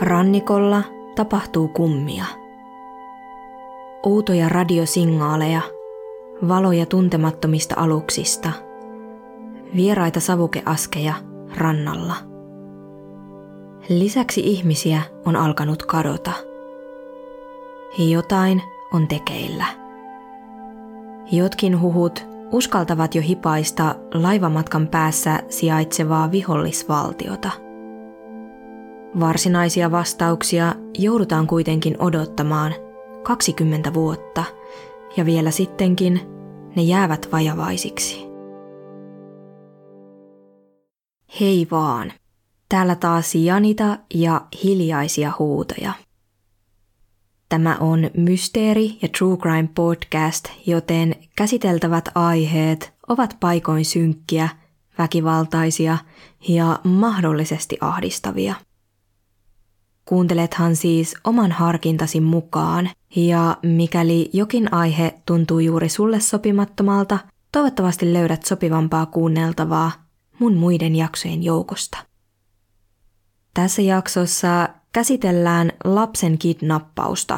Rannikolla tapahtuu kummia. Outoja radiosignaaleja, valoja tuntemattomista aluksista, vieraita savukeaskeja rannalla. Lisäksi ihmisiä on alkanut kadota. Jotain on tekeillä. Jotkin huhut uskaltavat jo hipaista laivamatkan päässä sijaitsevaa vihollisvaltiota. Varsinaisia vastauksia joudutaan kuitenkin odottamaan 20 vuotta, ja vielä sittenkin ne jäävät vajavaisiksi. Hei vaan! Täällä taas Janita ja hiljaisia huutoja. Tämä on mysteeri- ja true crime podcast, joten käsiteltävät aiheet ovat paikoin synkkiä, väkivaltaisia ja mahdollisesti ahdistavia. Kuuntelethan siis oman harkintasi mukaan, ja mikäli jokin aihe tuntuu juuri sulle sopimattomalta, toivottavasti löydät sopivampaa kuunneltavaa mun muiden jaksojen joukosta. Tässä jaksossa käsitellään lapsen kidnappausta.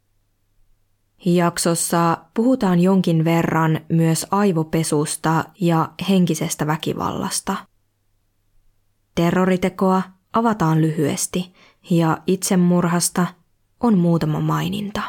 Jaksossa puhutaan jonkin verran myös aivopesusta ja henkisestä väkivallasta. Terroritekoa avataan lyhyesti ja itsemurhasta on muutama maininta.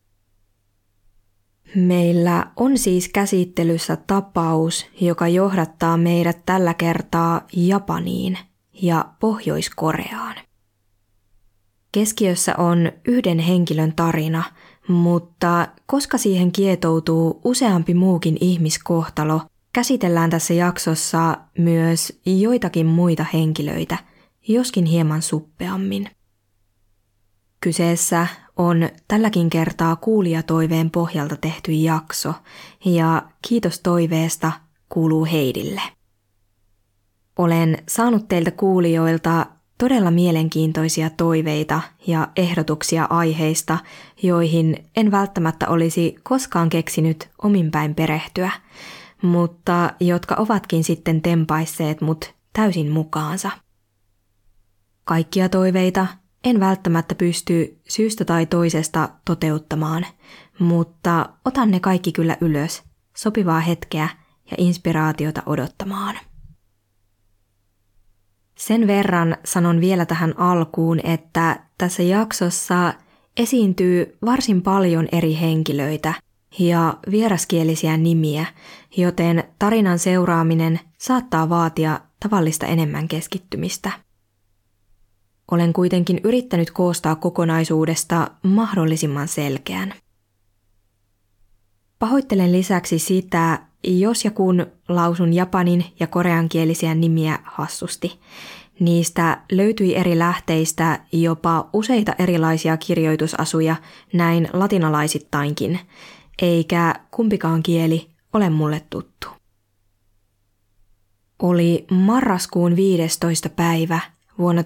Meillä on siis käsittelyssä tapaus, joka johdattaa meidät tällä kertaa Japaniin ja Pohjois-Koreaan. Keskiössä on yhden henkilön tarina, mutta koska siihen kietoutuu useampi muukin ihmiskohtalo, käsitellään tässä jaksossa myös joitakin muita henkilöitä, joskin hieman suppeammin. Kyseessä on tälläkin kertaa kuulijatoiveen pohjalta tehty jakso, ja kiitos toiveesta kuuluu Heidille. Olen saanut teiltä kuulijoilta todella mielenkiintoisia toiveita ja ehdotuksia aiheista, joihin en välttämättä olisi koskaan keksinyt omin päin perehtyä, mutta jotka ovatkin sitten tempaisseet mut täysin mukaansa. Kaikkia toiveita en välttämättä pysty syystä tai toisesta toteuttamaan, mutta otan ne kaikki kyllä ylös, sopivaa hetkeä ja inspiraatiota odottamaan. Sen verran sanon vielä tähän alkuun, että tässä jaksossa esiintyy varsin paljon eri henkilöitä ja vieraskielisiä nimiä, joten tarinan seuraaminen saattaa vaatia tavallista enemmän keskittymistä. Olen kuitenkin yrittänyt koostaa kokonaisuudesta mahdollisimman selkeän. Pahoittelen lisäksi sitä, jos ja kun lausun japanin ja koreankielisiä nimiä hassusti. Niistä löytyi eri lähteistä jopa useita erilaisia kirjoitusasuja näin latinalaisittainkin, eikä kumpikaan kieli ole mulle tuttu. Oli marraskuun 15. päivä vuonna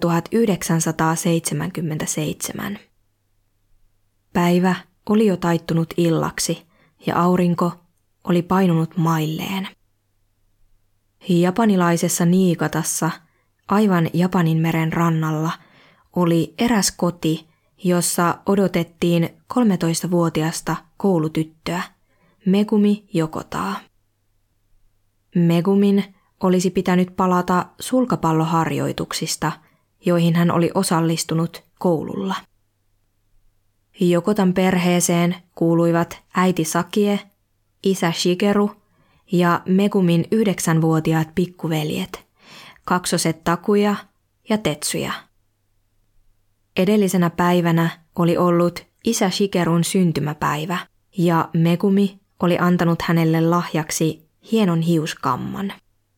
1977. Päivä oli jo taittunut illaksi ja aurinko oli painunut mailleen. Japanilaisessa Niigatassa, aivan Japaninmeren rannalla, oli eräs koti, jossa odotettiin 13-vuotiasta koulutyttöä, Megumi Jokotaa. Megumin olisi pitänyt palata sulkapalloharjoituksista, joihin hän oli osallistunut koululla. Jokotan perheeseen kuuluivat äiti Sakie, isä Shigeru ja Megumin 9-vuotiaat pikkuveljet, kaksoset Takuya ja Tetsuya. Edellisenä päivänä oli ollut isä Shigerun syntymäpäivä ja Megumi oli antanut hänelle lahjaksi hienon hiuskamman.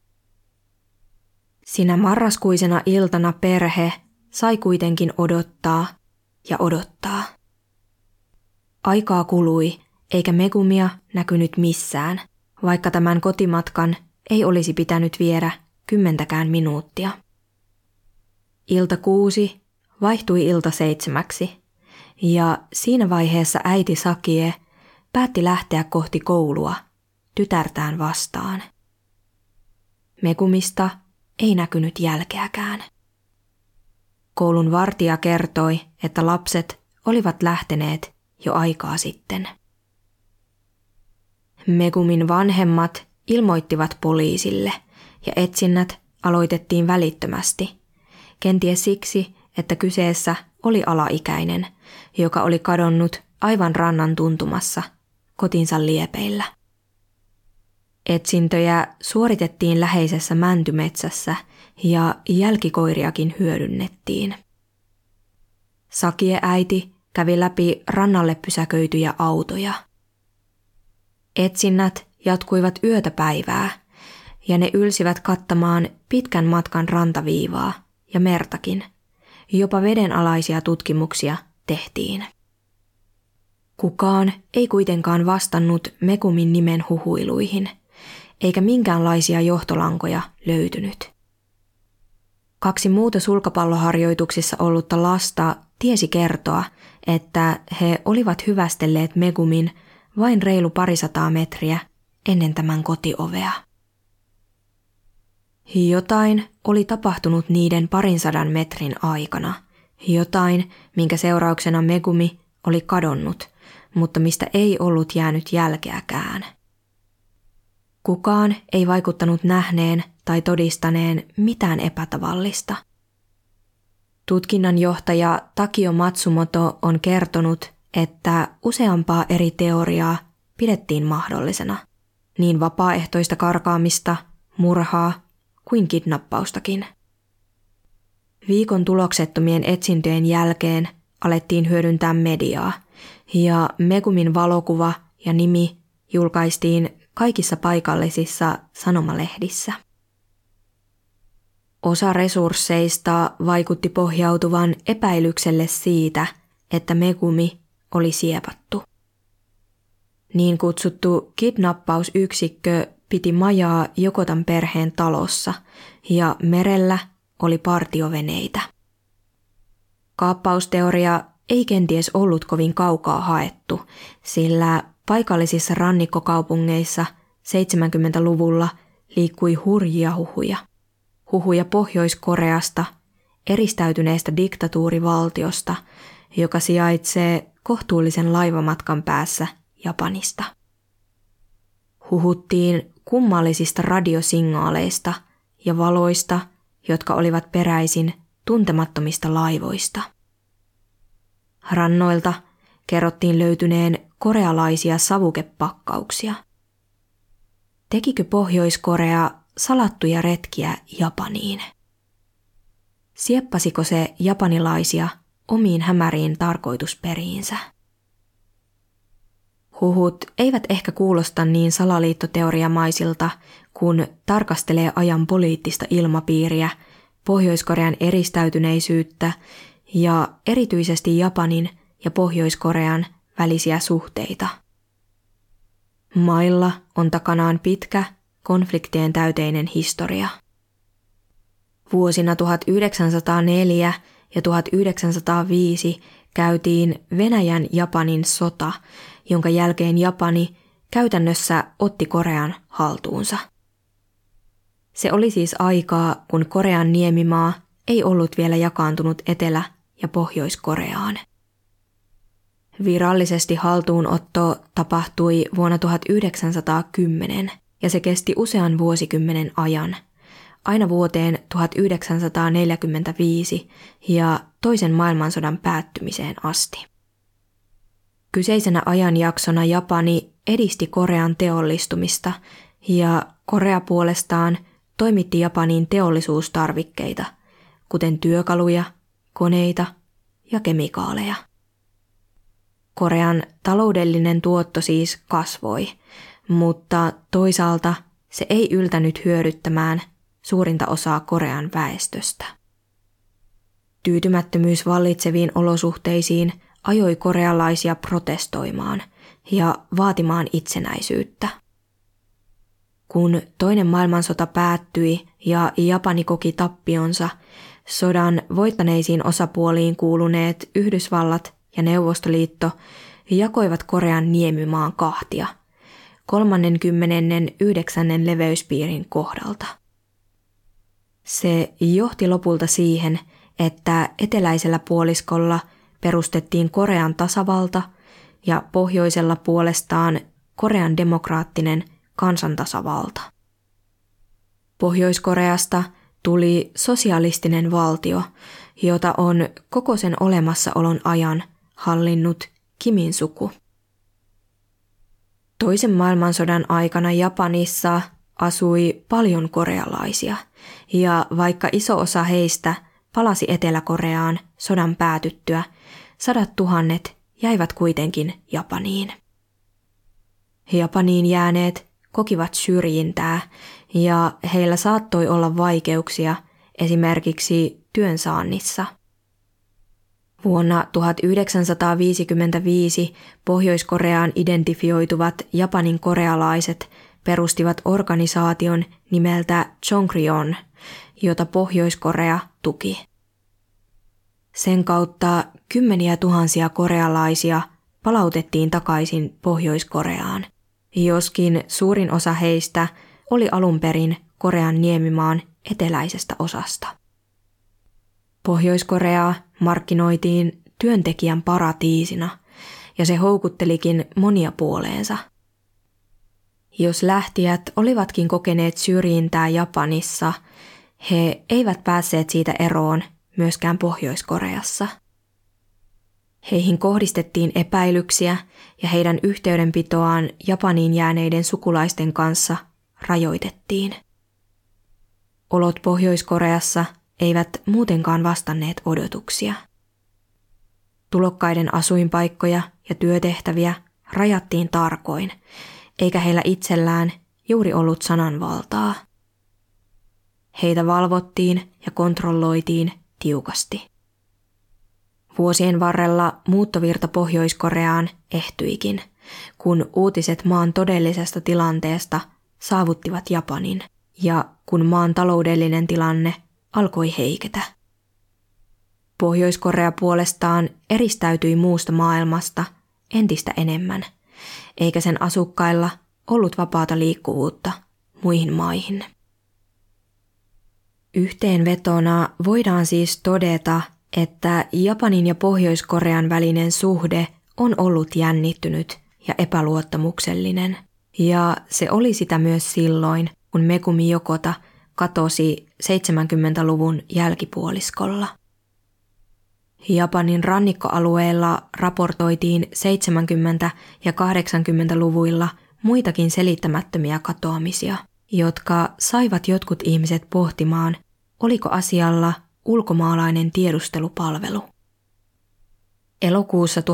Sinä marraskuisena iltana perhe sai kuitenkin odottaa ja odottaa. Aikaa kului, eikä Megumia näkynyt missään, vaikka tämän kotimatkan ei olisi pitänyt viedä 10 minuuttia. Ilta 6 vaihtui ilta 7, ja siinä vaiheessa äiti Sakie päätti lähteä kohti koulua tytärtään vastaan. Megumista ei näkynyt jälkeäkään. koulun vartija kertoi, että lapset olivat lähteneet jo aikaa sitten. Megumin vanhemmat ilmoittivat poliisille ja etsinnät aloitettiin välittömästi, kenties siksi, että kyseessä oli alaikäinen, joka oli kadonnut aivan rannan tuntumassa kotinsa liepeillä. Etsintöjä suoritettiin läheisessä mäntymetsässä ja jälkikoiriakin hyödynnettiin. Sakie-äiti kävi läpi rannalle pysäköityjä autoja. Etsinnät jatkuivat yötä päivää ja ne ylsivät kattamaan pitkän matkan rantaviivaa ja mertakin. Jopa vedenalaisia tutkimuksia tehtiin. Kukaan ei kuitenkaan vastannut Megumin nimen huhuiluihin, eikä minkäänlaisia johtolankoja löytynyt. 2 muuta sulkapalloharjoituksissa ollutta lasta tiesi kertoa, että he olivat hyvästelleet Megumin vain reilu 200 metriä ennen tämän kotiovea. Jotain oli tapahtunut niiden 200 metrin aikana, jotain, minkä seurauksena Megumi oli kadonnut, mutta mistä ei ollut jäänyt jälkeäkään. Kukaan ei vaikuttanut nähneen tai todistaneen mitään epätavallista. Tutkinnanjohtaja Takio Matsumoto on kertonut, että useampaa eri teoriaa pidettiin mahdollisena, niin vapaaehtoista karkaamista, murhaa kuin kidnappaustakin. Viikon tuloksettomien etsintöjen jälkeen alettiin hyödyntää mediaa, ja Megumin valokuva ja nimi julkaistiin kaikissa paikallisissa sanomalehdissä. Osa resursseista vaikutti pohjautuvan epäilykselle siitä, että Megumi oli siepattu. Niin kutsuttu kidnappausyksikkö piti majaa Jokotan perheen talossa ja merellä oli partioveneitä. Kaappausteoria ei kenties ollut kovin kaukaa haettu, sillä paikallisissa rannikkokaupungeissa 70-luvulla liikkui hurjia huhuja. Huhuja Pohjois-Koreasta, eristäytyneestä diktatuurivaltiosta, joka sijaitsee kohtuullisen laivamatkan päässä Japanista. Huhuttiin kummallisista radiosignaaleista ja valoista, jotka olivat peräisin tuntemattomista laivoista. Rannoilta kerrottiin löytyneen korealaisia savukepakkauksia. Tekikö Pohjois-Korea salattuja retkiä Japaniin? Sieppasiko se japanilaisia omiin hämäriin tarkoitusperiinsä? Huhut eivät ehkä kuulosta niin salaliittoteoriamaisilta, kun tarkastelee ajan poliittista ilmapiiriä, Pohjois-Korean eristäytyneisyyttä ja erityisesti Japanin ja Pohjois-Korean välisiä suhteita. Mailla on takanaan pitkä, konfliktien täyteinen historia. Vuosina 1904 ja 1905 käytiin Venäjän-Japanin sota, jonka jälkeen Japani käytännössä otti Korean haltuunsa. Se oli siis aikaa, kun Korean niemimaa ei ollut vielä jakaantunut Etelä- ja Pohjois-Koreaan. Virallisesti haltuunotto tapahtui vuonna 1910 ja se kesti usean vuosikymmenen ajan, aina vuoteen 1945 ja toisen maailmansodan päättymiseen asti. Kyseisenä ajanjaksona Japani edisti Korean teollistumista ja Korea puolestaan toimitti Japaniin teollisuustarvikkeita, kuten työkaluja, koneita ja kemikaaleja. Korean taloudellinen tuotto siis kasvoi, mutta toisaalta se ei yltänyt hyödyttämään suurinta osaa Korean väestöstä. Tyytymättömyys vallitseviin olosuhteisiin ajoi korealaisia protestoimaan ja vaatimaan itsenäisyyttä. Kun toinen maailmansota päättyi ja Japani koki tappionsa, sodan voittaneisiin osapuoliin kuuluneet Yhdysvallat ja Neuvostoliitto jakoivat Korean niemimaan kahtia 39. leveyspiirin kohdalta. Se johti lopulta siihen, että eteläisellä puoliskolla perustettiin Korean tasavalta ja pohjoisella puolestaan Korean demokraattinen kansantasavalta. Pohjois-Koreasta tuli sosialistinen valtio, jota on koko sen olemassaolon ajan hallinnut Kimin suku. Toisen maailmansodan aikana Japanissa asui paljon korealaisia, ja vaikka iso osa heistä palasi Etelä-Koreaan sodan päätyttyä, 100 000 jäivät kuitenkin Japaniin. Japaniin jääneet kokivat syrjintää ja heillä saattoi olla vaikeuksia esimerkiksi työnsaannissa. Vuonna 1955 Pohjois-Koreaan identifioituvat Japanin korealaiset perustivat organisaation nimeltä Chongryon, jota Pohjois-Korea tuki. Sen kautta kymmeniä tuhansia korealaisia palautettiin takaisin Pohjois-Koreaan, joskin suurin osa heistä oli alun perin Korean niemimaan eteläisestä osasta. Pohjois-Koreaa markkinoitiin työntekijän paratiisina ja se houkuttelikin monia puoleensa. Jos lähtijät olivatkin kokeneet syrjintää Japanissa, he eivät päässeet siitä eroon myöskään Pohjois-Koreassa. Heihin kohdistettiin epäilyksiä ja heidän yhteydenpitoaan Japaniin jääneiden sukulaisten kanssa rajoitettiin. Olot Pohjois-Koreassa eivät muutenkaan vastanneet odotuksia. Tulokkaiden asuinpaikkoja ja työtehtäviä rajattiin tarkoin, eikä heillä itsellään juuri ollut sananvaltaa. Heitä valvottiin ja kontrolloitiin tiukasti. Vuosien varrella muuttovirta Pohjois-Koreaan ehtyikin, kun uutiset maan todellisesta tilanteesta saavuttivat Japanin ja kun maan taloudellinen tilanne alkoi heiketä. Pohjois-Korea puolestaan eristäytyi muusta maailmasta entistä enemmän, eikä sen asukkailla ollut vapaata liikkuvuutta muihin maihin. Yhteenvetona voidaan siis todeta, että Japanin ja Pohjois-Korean välinen suhde on ollut jännittynyt ja epäluottamuksellinen, ja se oli sitä myös silloin, kun Megumi Yokota katosi 70-luvun jälkipuoliskolla. Japanin rannikkoalueella raportoitiin 70- ja 80-luvuilla muitakin selittämättömiä katoamisia, jotka saivat jotkut ihmiset pohtimaan, oliko asialla ulkomaalainen tiedustelupalvelu. Elokuussa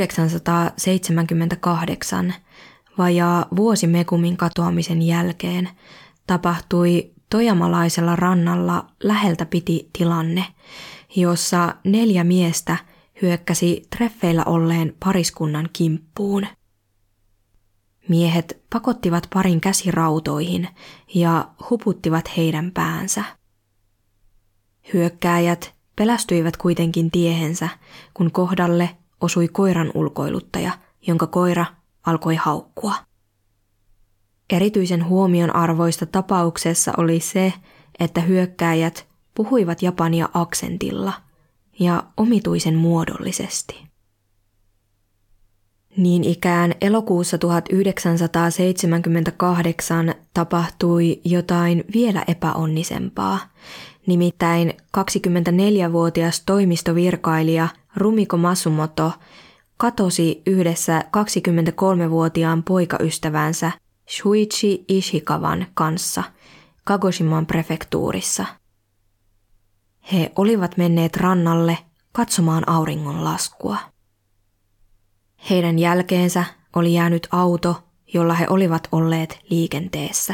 1978, vajaa vuosi Megumin katoamisen jälkeen, tapahtui tojamalaisella rannalla läheltä piti tilanne, jossa 4 miestä hyökkäsi treffeillä olleen pariskunnan kimppuun. Miehet pakottivat parin käsirautoihin ja huputtivat heidän päänsä. Hyökkääjät pelästyivät kuitenkin tiehensä, kun kohdalle osui koiran ulkoiluttaja, jonka koira alkoi haukkua. Erityisen huomionarvoista tapauksessa oli se, että hyökkääjät puhuivat japania aksentilla ja omituisen muodollisesti. Niin ikään elokuussa 1978 tapahtui jotain vielä epäonnisempaa, nimittäin 24-vuotias toimistovirkailija Rumiko Masumoto katosi yhdessä 23-vuotiaan poikaystävänsä Shuichi Ishikawan kanssa Kagoshiman prefektuurissa. He olivat menneet rannalle katsomaan auringonlaskua. Heidän jälkeensä oli jäänyt auto, jolla he olivat olleet liikenteessä.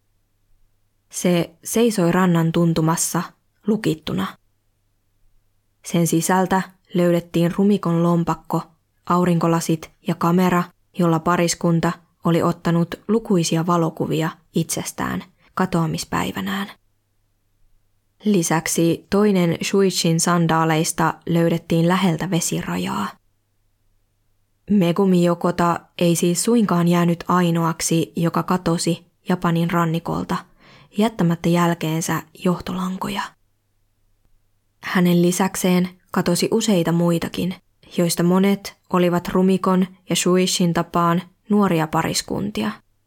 Se seisoi rannan tuntumassa lukittuna. Sen sisältä löydettiin Rumikon lompakko, aurinkolasit ja kamera, jolla pariskunta oli ottanut lukuisia valokuvia itsestään katoamispäivänään. Lisäksi toinen Shuichin sandaaleista löydettiin läheltä vesirajaa. Megumi Yokota ei siis suinkaan jäänyt ainoaksi, joka katosi Japanin rannikolta, jättämättä jälkeensä johtolankoja. Hänen lisäkseen katosi useita muitakin, joista monet olivat Rumikon ja Shuishin tapaan nuoria pariskuntia.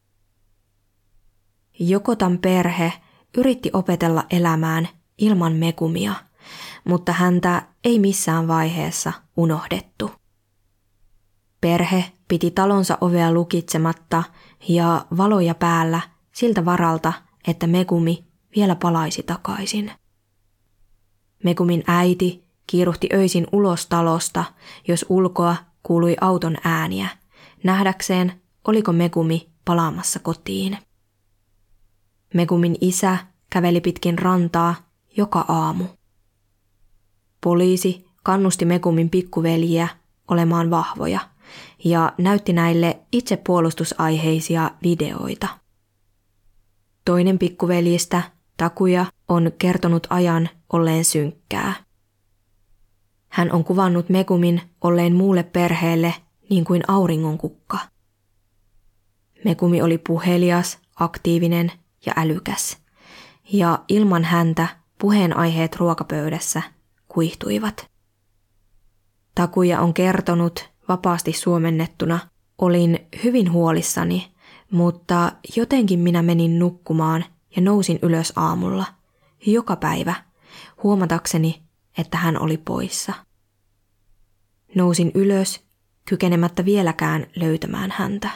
Jokotan perhe yritti opetella elämään ilman Megumia, mutta häntä ei missään vaiheessa unohdettu. Perhe piti talonsa ovea lukitsematta ja valoja päällä siltä varalta, että Megumi vielä palaisi takaisin. Megumin äiti kiiruhti öisin ulos talosta, jos ulkoa kuului auton ääniä, nähdäkseen, oliko Megumi palaamassa kotiin. Megumin isä käveli pitkin rantaa joka aamu. Poliisi kannusti Megumin pikkuveljiä olemaan vahvoja ja näytti näille itsepuolustusaiheisia videoita. Toinen pikkuveljistä, Takuya, on kertonut ajan olleen synkkää. Hän on kuvannut Megumin olleen muulle perheelle niin kuin auringonkukka. Megumi oli puhelias, aktiivinen ja älykäs, ja ilman häntä puheenaiheet ruokapöydässä kuihtuivat. Takuya on kertonut vapaasti suomennettuna, olin hyvin huolissani, mutta jotenkin minä menin nukkumaan ja nousin ylös aamulla, joka päivä, huomatakseni, että hän oli poissa. Nousin ylös, kykenemättä vieläkään löytämään häntä.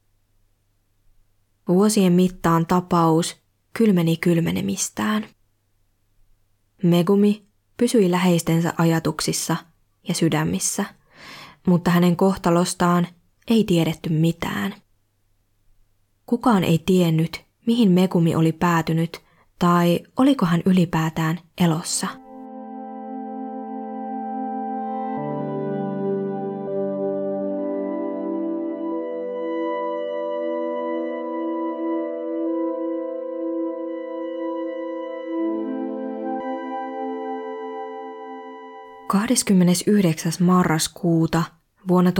Vuosien mittaan tapaus kylmeni kylmenemistään. Megumi pysyi läheistensä ajatuksissa ja sydämissä, mutta hänen kohtalostaan ei tiedetty mitään. Kukaan ei tiennyt, mihin Megumi oli päätynyt tai oliko hän ylipäätään elossa. –29. marraskuuta vuonna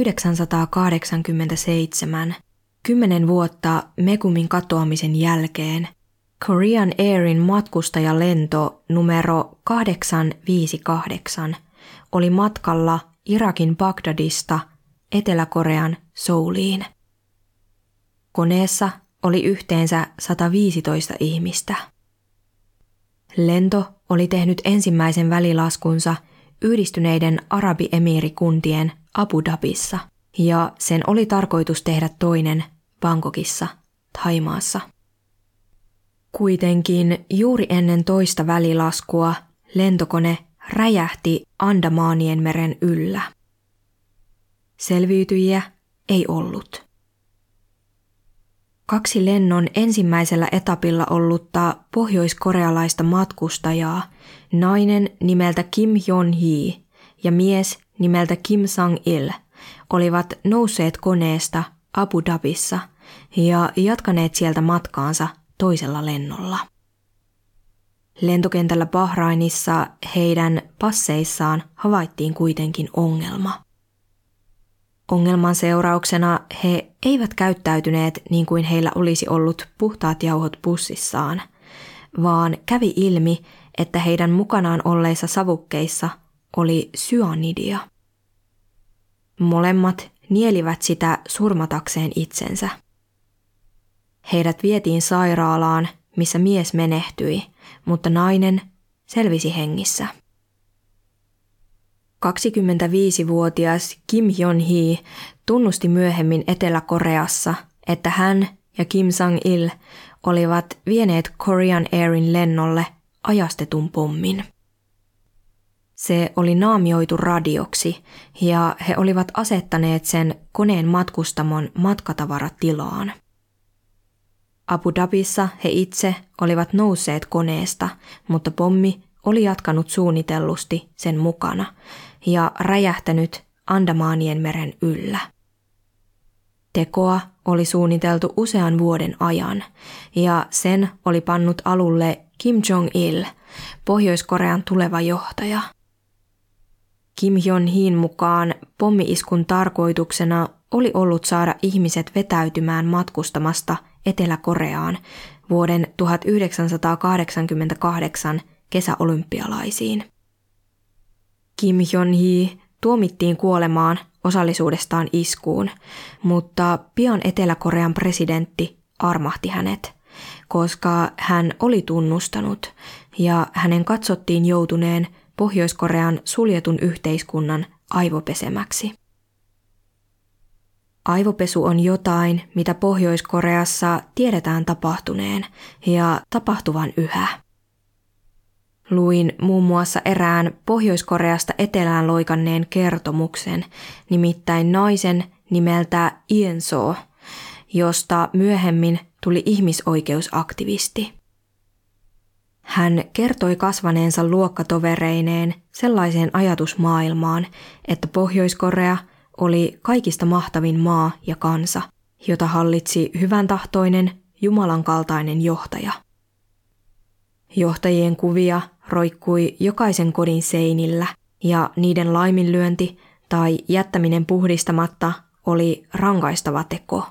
1987, 10 vuotta Megumin katoamisen jälkeen, Korean Airin matkustajalento numero 858 oli matkalla Irakin Bagdadista Etelä-Korean Souliin. Koneessa oli yhteensä 115 ihmistä. Lento oli tehnyt ensimmäisen välilaskunsa Yhdistyneiden Arabiemiirikuntien Abu Dhabissa ja sen oli tarkoitus tehdä toinen Bangkokissa, Thaimaassa. Kuitenkin juuri ennen toista välilaskua lentokone räjähti Andamaanien meren yllä. Selviytyjiä ei ollut. 2 lennon ensimmäisellä etapilla ollutta pohjoiskorealaista matkustajaa, nainen nimeltä Kim Hyun-hee ja mies nimeltä Kim Sang-il, olivat nousseet koneesta Abu Dhabissa ja jatkaneet sieltä matkaansa toisella lennolla. Lentokentällä Bahrainissa heidän passeissaan havaittiin kuitenkin ongelma. Ongelman seurauksena he eivät käyttäytyneet niin kuin heillä olisi ollut puhtaat jauhot pussissaan, vaan kävi ilmi, että heidän mukanaan olleissa savukkeissa oli syanidia. Molemmat nielivät sitä surmatakseen itsensä. Heidät vietiin sairaalaan, missä mies menehtyi, mutta nainen selvisi hengissä. 25-vuotias Kim Hyun-hee tunnusti myöhemmin Etelä-Koreassa, että hän ja Kim Sang-il olivat vieneet Korean Airin lennolle ajastetun pommin. Se oli naamioitu radioksi ja he olivat asettaneet sen koneen matkustamon matkatavaratilaan. Abu Dhabissa he itse olivat nousseet koneesta, mutta pommi oli jatkanut suunnitellusti sen mukana ja räjähtänyt Andamaanien meren yllä. Tekoa oli suunniteltu usean vuoden ajan ja sen oli pannut alulle Kim Jong-il, Pohjois-Korean tuleva johtaja. Kim Hyun-heen mukaan pommi-iskun tarkoituksena oli ollut saada ihmiset vetäytymään matkustamasta Etelä-Koreaan vuoden 1988 kesäolympialaisiin. Kim Hyun-hee tuomittiin kuolemaan osallisuudestaan iskuun, mutta pian Etelä-Korean presidentti armahti hänet, koska hän oli tunnustanut ja hänen katsottiin joutuneen Pohjois-Korean suljetun yhteiskunnan aivopesemäksi. Aivopesu on jotain, mitä Pohjois-Koreassa tiedetään tapahtuneen ja tapahtuvan yhä. Luin muun muassa erään Pohjois-Koreasta etelään loikanneen kertomuksen, nimittäin naisen nimeltä Ienso, josta myöhemmin tuli ihmisoikeusaktivisti. Hän kertoi kasvaneensa luokkatovereineen sellaiseen ajatusmaailmaan, että Pohjois-Korea oli kaikista mahtavin maa ja kansa, jota hallitsi hyväntahtoinen, Jumalan kaltainen johtaja. Johtajien kuvia roikkui jokaisen kodin seinillä ja niiden laiminlyönti tai jättäminen puhdistamatta oli rangaistava teko.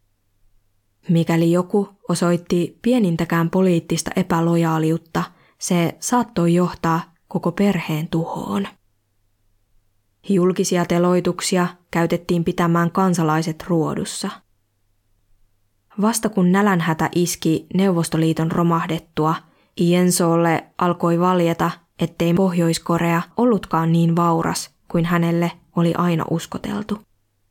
Mikäli joku osoitti pienintäkään poliittista epälojaaliutta, se saattoi johtaa koko perheen tuhoon. Julkisia teloituksia käytettiin pitämään kansalaiset ruodussa. Vasta kun nälänhätä iski Neuvostoliiton romahdettua, Iensolle alkoi valjeta, ettei Pohjois-Korea ollutkaan niin vauras kuin hänelle oli aina uskoteltu.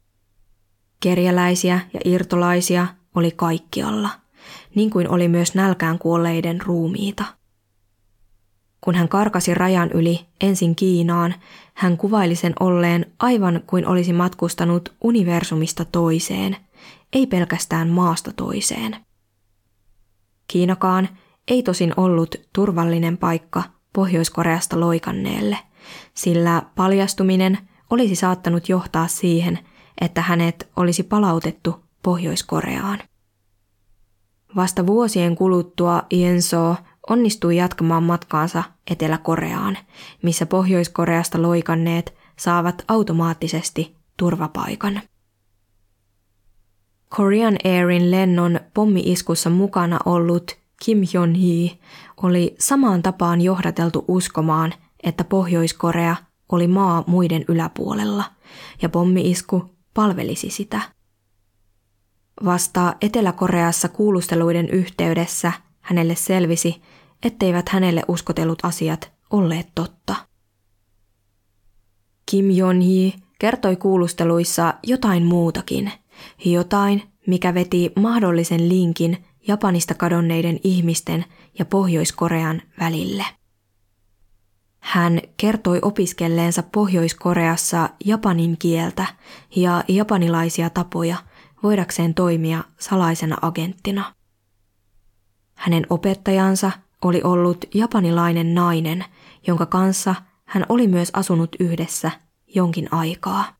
Kerjäläisiä ja irtolaisia oli kaikkialla, niin kuin oli myös nälkään kuolleiden ruumiita. Kun hän karkasi rajan yli ensin Kiinaan, hän kuvaili sen olleen aivan kuin olisi matkustanut universumista toiseen, ei pelkästään maasta toiseen. Kiinakaan ei tosin ollut turvallinen paikka Pohjois-Koreasta loikanneelle, sillä paljastuminen olisi saattanut johtaa siihen, että hänet olisi palautettu Pohjois-Koreaan. Vasta vuosien kuluttua Ienso onnistui jatkamaan matkaansa Etelä-Koreaan, missä Pohjois-Koreasta loikanneet saavat automaattisesti turvapaikan. Korean Airin lennon pommi-iskussa mukana ollut Kim Hyun-hee oli samaan tapaan johdateltu uskomaan, että Pohjois-Korea oli maa muiden yläpuolella ja pommi-isku palvelisi sitä. Vasta Etelä-Koreassa kuulusteluiden yhteydessä hänelle selvisi, etteivät hänelle uskotellut asiat olleet totta. Kim Hyun-hee kertoi kuulusteluissa jotain muutakin, jotain, mikä veti mahdollisen linkin Japanista kadonneiden ihmisten ja Pohjois-Korean välille. Hän kertoi opiskelleensa Pohjois-Koreassa japanin kieltä ja japanilaisia tapoja voidakseen toimia salaisena agenttina. Hänen opettajansa oli ollut japanilainen nainen, jonka kanssa hän oli myös asunut yhdessä jonkin aikaa.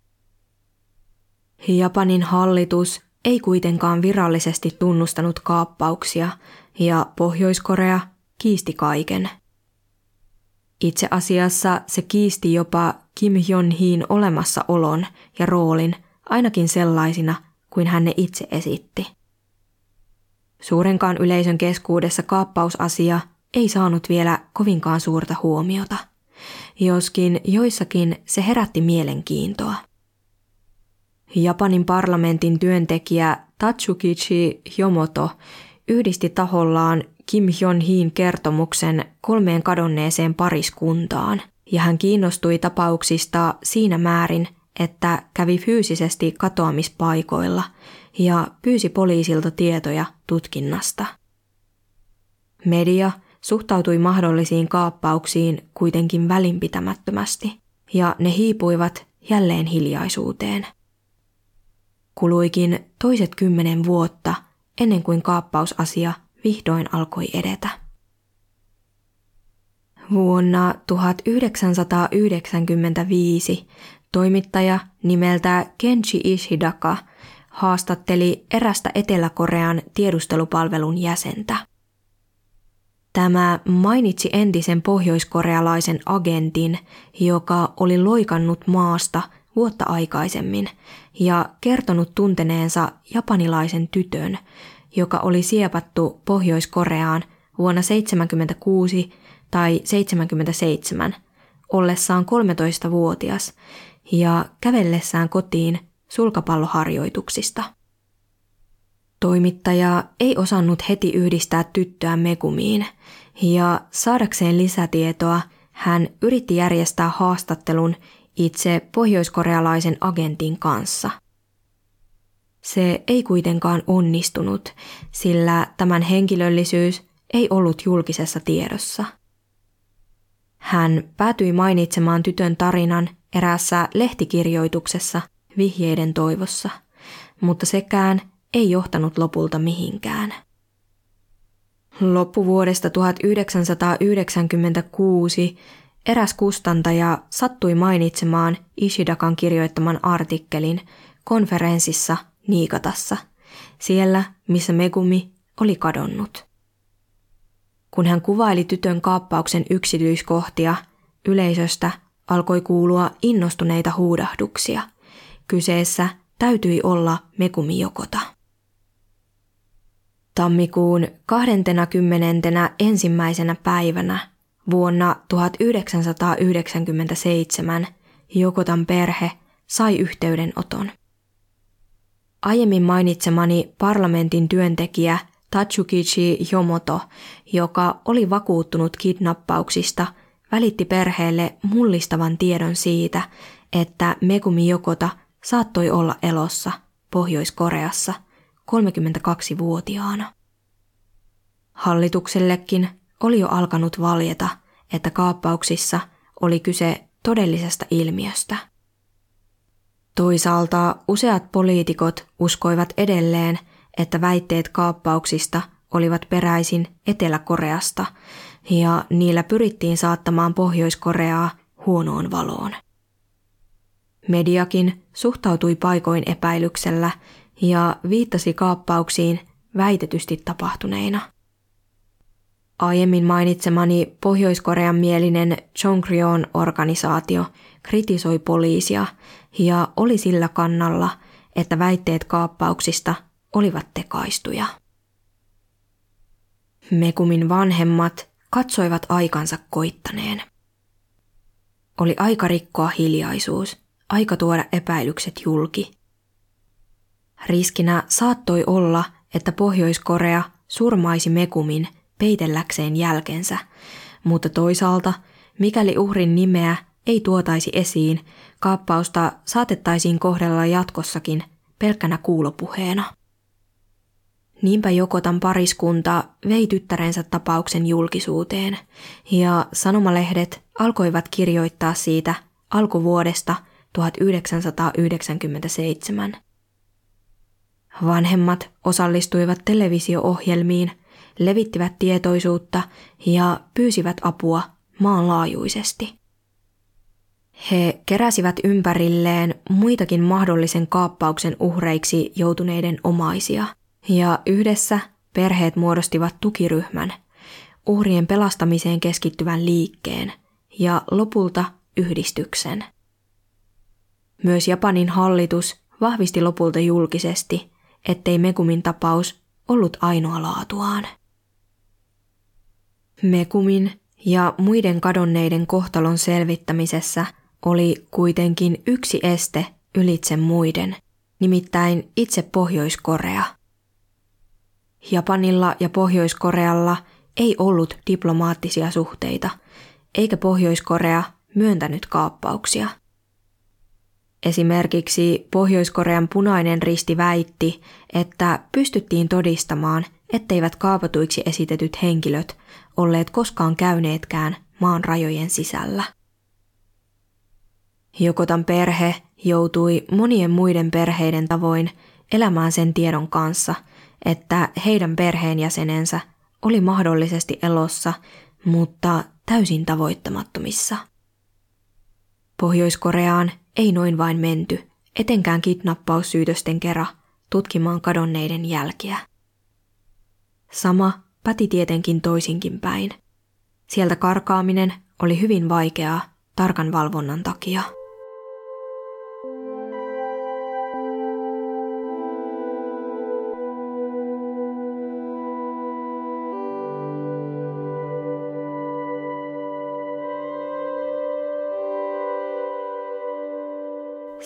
Japanin hallitus ei kuitenkaan virallisesti tunnustanut kaappauksia ja Pohjois-Korea kiisti kaiken. Itse asiassa se kiisti jopa Kim Hyun-heen olemassaolon ja roolin ainakin sellaisina kuin hän ne itse esitti. Suurenkaan yleisön keskuudessa kaappausasia ei saanut vielä kovinkaan suurta huomiota, joskin joissakin se herätti mielenkiintoa. Japanin parlamentin työntekijä Tatsukichi Hyomoto yhdisti tahollaan Kim Hyun-heen kertomuksen 3 kadonneeseen pariskuntaan, ja hän kiinnostui tapauksista siinä määrin, että kävi fyysisesti katoamispaikoilla ja pyysi poliisilta tietoja tutkinnasta. Media suhtautui mahdollisiin kaappauksiin kuitenkin välinpitämättömästi, ja ne hiipuivat jälleen hiljaisuuteen. Kuluikin toiset 10 vuotta ennen kuin kaappausasia vihdoin alkoi edetä. Vuonna 1995 toimittaja nimeltä Kenji Ishidaka haastatteli erästä Etelä-Korean tiedustelupalvelun jäsentä. Tämä mainitsi entisen pohjoiskorealaisen agentin, joka oli loikannut maasta vuotta aikaisemmin ja kertonut tunteneensa japanilaisen tytön, joka oli siepattu Pohjois-Koreaan vuonna 1976 tai 1977 ollessaan 13-vuotias ja kävellessään kotiin sulkapalloharjoituksista. Toimittaja ei osannut heti yhdistää tyttöä Megumiin ja saadakseen lisätietoa hän yritti järjestää haastattelun itse pohjoiskorealaisen agentin kanssa. Se ei kuitenkaan onnistunut, sillä tämän henkilöllisyys ei ollut julkisessa tiedossa. Hän päätyi mainitsemaan tytön tarinan eräässä lehtikirjoituksessa vihjeiden toivossa, mutta sekään ei johtanut lopulta mihinkään. Loppuvuodesta 1996 eräs kustantaja sattui mainitsemaan Ishidakan kirjoittaman artikkelin konferenssissa Niigatassa, siellä missä Megumi oli kadonnut. Kun hän kuvaili tytön kaappauksen yksityiskohtia, yleisöstä alkoi kuulua innostuneita huudahduksia. Kyseessä täytyi olla Megumi Yokota. Tammikuun 21. päivänä vuonna 1997 Yokotan perhe sai yhteydenoton. Aiemmin mainitsemani parlamentin työntekijä Tatsukichi Yomoto, joka oli vakuuttunut kidnappauksista, välitti perheelle mullistavan tiedon siitä, että Megumi Yokota saattoi olla elossa Pohjois-Koreassa 32-vuotiaana. Hallituksellekin oli jo alkanut valjeta, että kaappauksissa oli kyse todellisesta ilmiöstä. Toisaalta useat poliitikot uskoivat edelleen, että väitteet kaappauksista olivat peräisin Etelä-Koreasta ja niillä pyrittiin saattamaan Pohjois-Koreaa huonoon valoon. Mediakin suhtautui paikoin epäilyksellä ja viittasi kaappauksiin väitetysti tapahtuneina. Aiemmin mainitsemani Pohjois-Korean mielinen Chongryon-organisaatio kritisoi poliisia ja oli sillä kannalla, että väitteet kaappauksista olivat tekaistuja. Megumin vanhemmat katsoivat aikansa koittaneen. Oli aika rikkoa hiljaisuus, aika tuoda epäilykset julki. Riskinä saattoi olla, että Pohjois-Korea surmaisi Megumin peitelläkseen jälkensä, mutta toisaalta, mikäli uhrin nimeä ei tuotaisi esiin, kaappausta saatettaisiin kohdella jatkossakin pelkkänä kuulopuheena. Niinpä Yokotan pariskunta vei tyttärensä tapauksen julkisuuteen ja sanomalehdet alkoivat kirjoittaa siitä alkuvuodesta 1997. Vanhemmat osallistuivat televisio-ohjelmiin, levittivät tietoisuutta ja pyysivät apua maanlaajuisesti. He keräsivät ympärilleen muitakin mahdollisen kaappauksen uhreiksi joutuneiden omaisia, ja yhdessä perheet muodostivat tukiryhmän, uhrien pelastamiseen keskittyvän liikkeen ja lopulta yhdistyksen. Myös Japanin hallitus vahvisti lopulta julkisesti, ettei Megumin tapaus ollut ainoa laatuaan. Megumin ja muiden kadonneiden kohtalon selvittämisessä oli kuitenkin yksi este ylitse muiden, nimittäin itse Pohjois-Korea. Japanilla ja Pohjois-Korealla ei ollut diplomaattisia suhteita, eikä Pohjois-Korea myöntänyt kaappauksia. Esimerkiksi Pohjois-Korean Punainen Risti väitti, että pystyttiin todistamaan, etteivät kaapatuiksi esitetyt henkilöt olleet koskaan käyneetkään maan rajojen sisällä. Yokotan perhe joutui monien muiden perheiden tavoin elämään sen tiedon kanssa, että heidän perheenjäsenensä oli mahdollisesti elossa, mutta täysin tavoittamattomissa. Pohjois-Koreaan ei noin vain menty, etenkään kidnappaussyytösten kera, tutkimaan kadonneiden jälkiä. Sama päti tietenkin toisinkin päin. Sieltä karkaaminen oli hyvin vaikeaa tarkan valvonnan takia.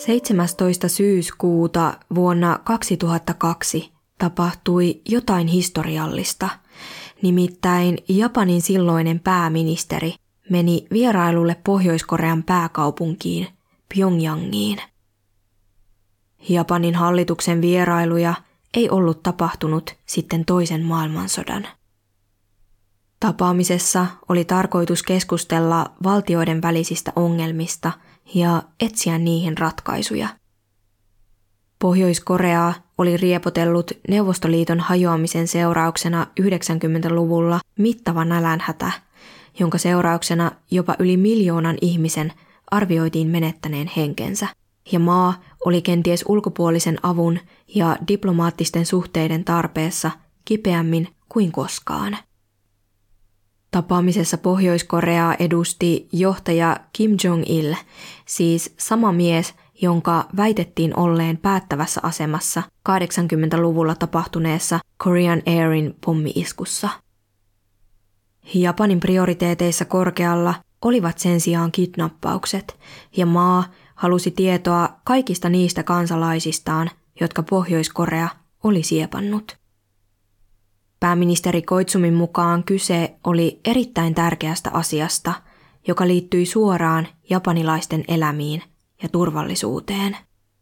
17. syyskuuta vuonna 2002 tapahtui jotain historiallista. Nimittäin Japanin silloinen pääministeri meni vierailulle Pohjois-Korean pääkaupunkiin, Pyongyangiin. Japanin hallituksen vierailuja ei ollut tapahtunut sitten toisen maailmansodan. Tapaamisessa oli tarkoitus keskustella valtioiden välisistä ongelmista ja etsiä niihin ratkaisuja. Pohjois-Koreaa oli riepotellut Neuvostoliiton hajoamisen seurauksena 90-luvulla mittava nälänhätä, jonka seurauksena jopa yli 1 miljoonan ihmisen arvioitiin menettäneen henkensä, ja maa oli kenties ulkopuolisen avun ja diplomaattisten suhteiden tarpeessa kipeämmin kuin koskaan. Tapaamisessa Pohjois-Koreaa edusti johtaja Kim Jong-il, siis sama mies, jonka väitettiin olleen päättävässä asemassa 80-luvulla tapahtuneessa Korean Airin pommi-iskussa. Japanin prioriteeteissa korkealla olivat sen sijaan kidnappaukset, ja maa halusi tietoa kaikista niistä kansalaisistaan, jotka Pohjois-Korea oli siepannut. Pääministeri Koitsumin mukaan kyse oli erittäin tärkeästä asiasta, joka liittyi suoraan japanilaisten elämiin ja turvallisuuteen.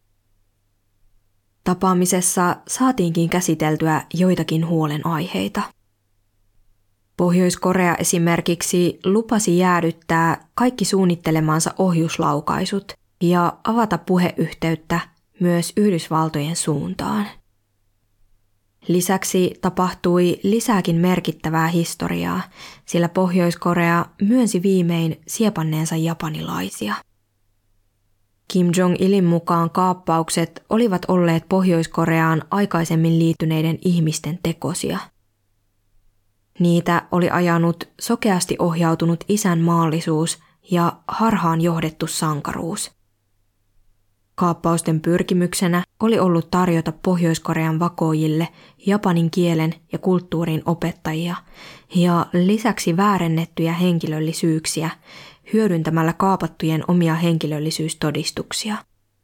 Tapaamisessa saatiinkin käsiteltyä joitakin huolenaiheita. Pohjois-Korea esimerkiksi lupasi jäädyttää kaikki suunnittelemansa ohjuslaukaisut ja avata puheyhteyttä myös Yhdysvaltojen suuntaan. Lisäksi tapahtui lisääkin merkittävää historiaa, sillä Pohjois-Korea myönsi viimein siepanneensa japanilaisia. Kim Jong-ilin mukaan kaappaukset olivat olleet Pohjois-Koreaan aikaisemmin liittyneiden ihmisten tekosia. Niitä oli ajanut sokeasti ohjautunut isänmaallisuus ja harhaan johdettu sankaruus. Kaappausten pyrkimyksenä oli ollut tarjota Pohjois-Korean vakoojille japanin kielen ja kulttuurin opettajia ja lisäksi väärennettyjä henkilöllisyyksiä hyödyntämällä kaapattujen omia henkilöllisyystodistuksia.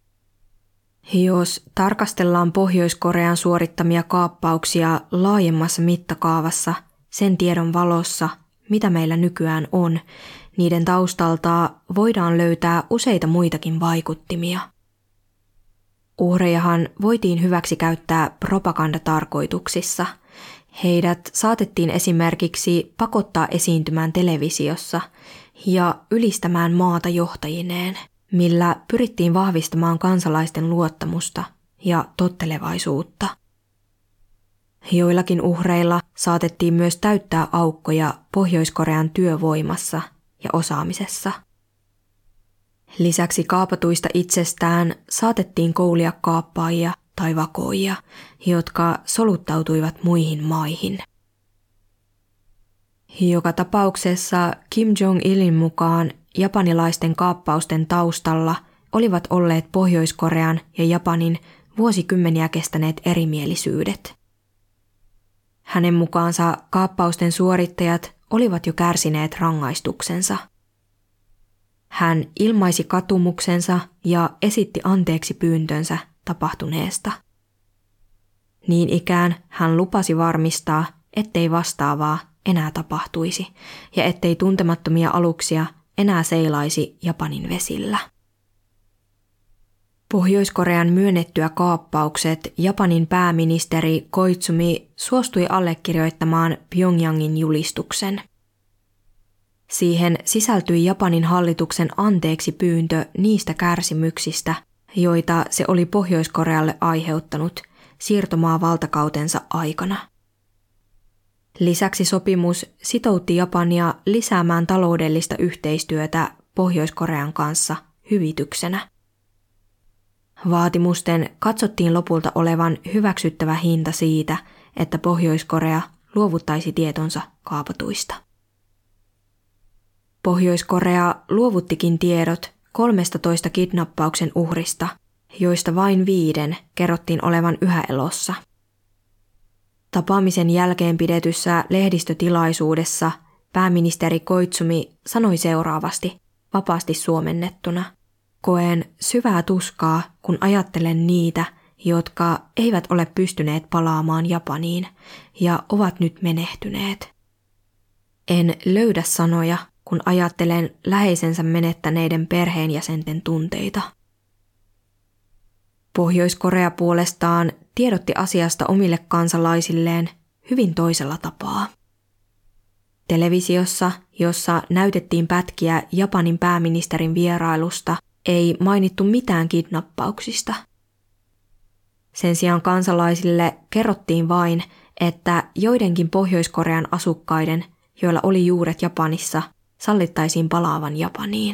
Jos tarkastellaan Pohjois-Korean suorittamia kaappauksia laajemmassa mittakaavassa sen tiedon valossa, mitä meillä nykyään on, niiden taustalta voidaan löytää useita muitakin vaikuttimia. Uhrejahan voitiin hyväksi käyttää propagandatarkoituksissa. Heidät saatettiin esimerkiksi pakottaa esiintymään televisiossa ja ylistämään maata johtajineen, millä pyrittiin vahvistamaan kansalaisten luottamusta ja tottelevaisuutta. Joillakin uhreilla saatettiin myös täyttää aukkoja Pohjois-Korean työvoimassa ja osaamisessa. Lisäksi kaapatuista itsestään saatettiin koulia kaappaajia tai vakoojia, jotka soluttautuivat muihin maihin. Joka tapauksessa Kim Jong-ilin mukaan japanilaisten kaappausten taustalla olivat olleet Pohjois-Korean ja Japanin vuosikymmeniä kestäneet erimielisyydet. Hänen mukaansa kaappausten suorittajat olivat jo kärsineet rangaistuksensa. Hän ilmaisi katumuksensa ja esitti anteeksi pyyntönsä tapahtuneesta. Niin ikään hän lupasi varmistaa, ettei vastaavaa enää tapahtuisi ja ettei tuntemattomia aluksia enää seilaisi Japanin vesillä. Pohjois-Korean myönnettyä kaappaukset Japanin pääministeri Koitsumi suostui allekirjoittamaan Pyongyangin julistuksen. Siihen sisältyi Japanin hallituksen anteeksi pyyntö niistä kärsimyksistä, joita se oli Pohjois-Korealle aiheuttanut siirtomaavaltakautensa aikana. Lisäksi sopimus sitoutti Japania lisäämään taloudellista yhteistyötä Pohjois-Korean kanssa hyvityksenä. Vaatimusten katsottiin lopulta olevan hyväksyttävä hinta siitä, että Pohjois-Korea luovuttaisi tietonsa kaapatuista. Pohjois-Korea luovuttikin tiedot 13 kidnappauksen uhrista, joista vain 5 kerrottiin olevan yhä elossa. Tapaamisen jälkeen pidetyssä lehdistötilaisuudessa pääministeri Koitsumi sanoi seuraavasti vapaasti suomennettuna: Koen syvää tuskaa, kun ajattelen niitä, jotka eivät ole pystyneet palaamaan Japaniin ja ovat nyt menehtyneet. En löydä sanoja, kun ajattelen läheisensä menettäneiden perheenjäsenten tunteita. Pohjois-Korea puolestaan tiedotti asiasta omille kansalaisilleen hyvin toisella tapaa. Televisiossa, jossa näytettiin pätkiä Japanin pääministerin vierailusta, ei mainittu mitään kidnappauksista. Sen sijaan kansalaisille kerrottiin vain, että joidenkin Pohjois-Korean asukkaiden, joilla oli juuret Japanissa, sallittaisiin palaavan Japaniin.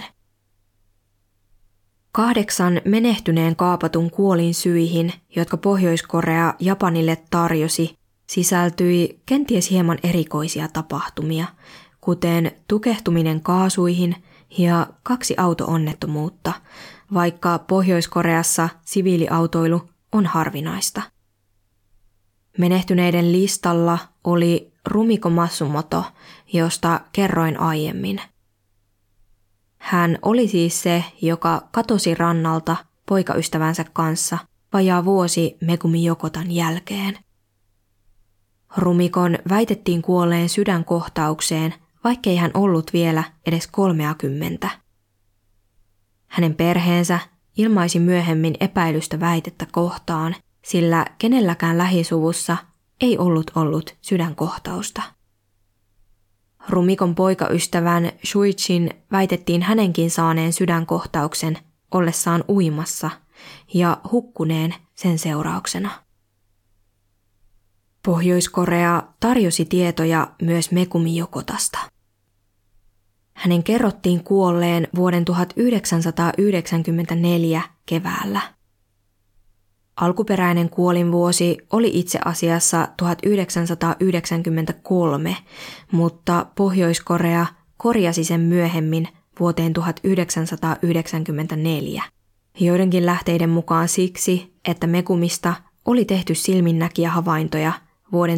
8 menehtyneen kaapatun kuolin syihin, jotka Pohjois-Korea Japanille tarjosi, sisältyi kenties hieman erikoisia tapahtumia, kuten tukehtuminen kaasuihin ja 2 auto-onnettomuutta, vaikka Pohjois-Koreassa siviiliautoilu on harvinaista. Menehtyneiden listalla oli Rumiko Matsumoto, josta kerroin aiemmin. Hän oli siis se, joka katosi rannalta poikaystävänsä kanssa vajaa vuosi Megumi Yokotan jälkeen. Rumikon väitettiin kuolleen sydänkohtaukseen, vaikkei hän ollut vielä edes 30. Hänen perheensä ilmaisi myöhemmin epäilystä väitettä kohtaan, sillä kenelläkään lähisuvussa ei ollut sydänkohtausta. Rumikon poikaystävän Shuichin väitettiin hänenkin saaneen sydänkohtauksen ollessaan uimassa ja hukkuneen sen seurauksena. Pohjois-Korea tarjosi tietoja myös Megumi Yokotasta. Hänen kerrottiin kuolleen vuoden 1994 keväällä. Alkuperäinen kuolinvuosi oli itse asiassa 1993, mutta Pohjois-Korea korjasi sen myöhemmin vuoteen 1994. Joidenkin lähteiden mukaan siksi, että Megumista oli tehty silminnäkijähavaintoja vuoden